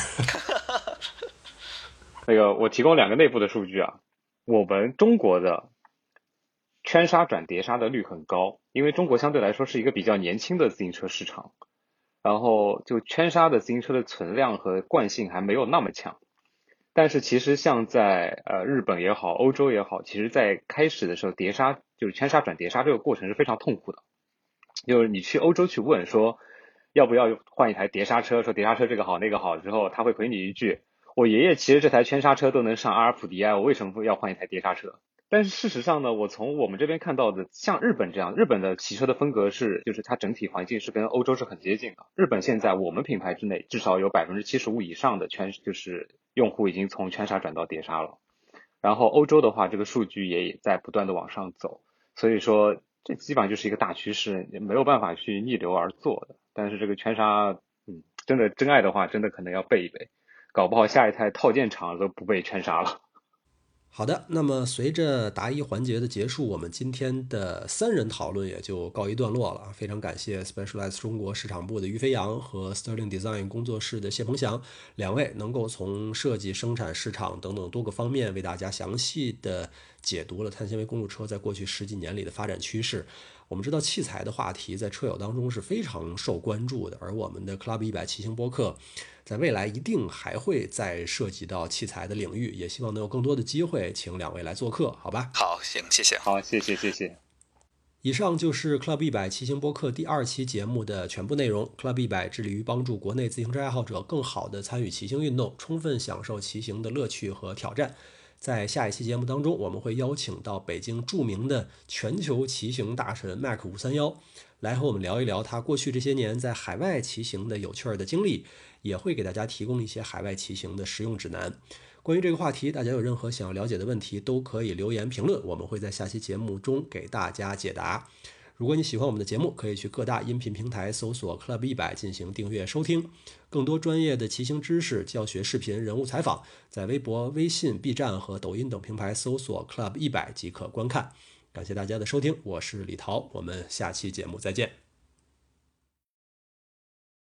那个我提供2个内部的数据啊，我们中国的圈刹转碟刹的率很高，因为中国相对来说是一个比较年轻的自行车市场，然后就圈刹的自行车的存量和惯性还没有那么强。但是其实像在日本也好，欧洲也好，其实在开始的时候，碟刹就是圈刹转碟刹这个过程是非常痛苦的。就是你去欧洲去问说要不要换一台碟刹车，说碟刹车这个好那个好之后，他会回你一句：我爷爷骑着这台圈刹车都能上阿尔普迪埃，我为什么要换一台碟刹车？但是事实上呢，我从我们这边看到的，像日本这样，日本的骑车的风格是，就是它整体环境是跟欧洲是很接近的。日本现在我们品牌之内至少有75%以上的就是用户已经从圈刹转到碟刹了。然后欧洲的话，这个数据也在不断的往上走，所以说这基本上就是一个大趋势，也没有办法去逆流而做的。但是这个圈刹，真的真爱的话，真的可能要备一备，搞不好下一台套件厂都不备圈刹了。 好的，那么随着答疑环节的结束，我们今天的3人讨论也就告一段落了。非常感谢 Specialized 中国市场部的于飞扬和 Sterling Design 工作室的谢鹏翔2位，能够从设计、生产、市场等等多个方面为大家详细的解读了碳纤维公路车在过去10几年里的发展趋势。我们知道器材的话题在车友当中是非常受关注的，而我们的 Club 100骑行播客在未来一定还会再涉及到器材的领域，也希望能有更多的机会请2位来做客，好吧？ 好，行，谢谢。 好，谢谢。 以上就是 Club 100骑行播客第2期节目的全部内容。Club 100致力于帮助国内自行车爱好者更好地参与骑行运动，充分享受骑行的乐趣和挑战。在下一期节目当中，我们会邀请到北京著名的全球骑行大神 Mac531来和我们聊一聊他过去这些年在海外骑行的有趣的经历，也会给大家提供一些海外骑行的实用指南。关于这个话题，大家有任何想要了解的问题，都可以留言评论，我们会在下期节目中给大家解答。如果你喜欢我们的节目，可以去各大音频平台搜索 Club 100进行订阅收听。更多专业的骑行知识、教学视频、人物采访，在微博、微信、B 站和抖音等平台搜索 Club 100即可观看。感谢大家的收听，我是李涛，我们下期节目再见。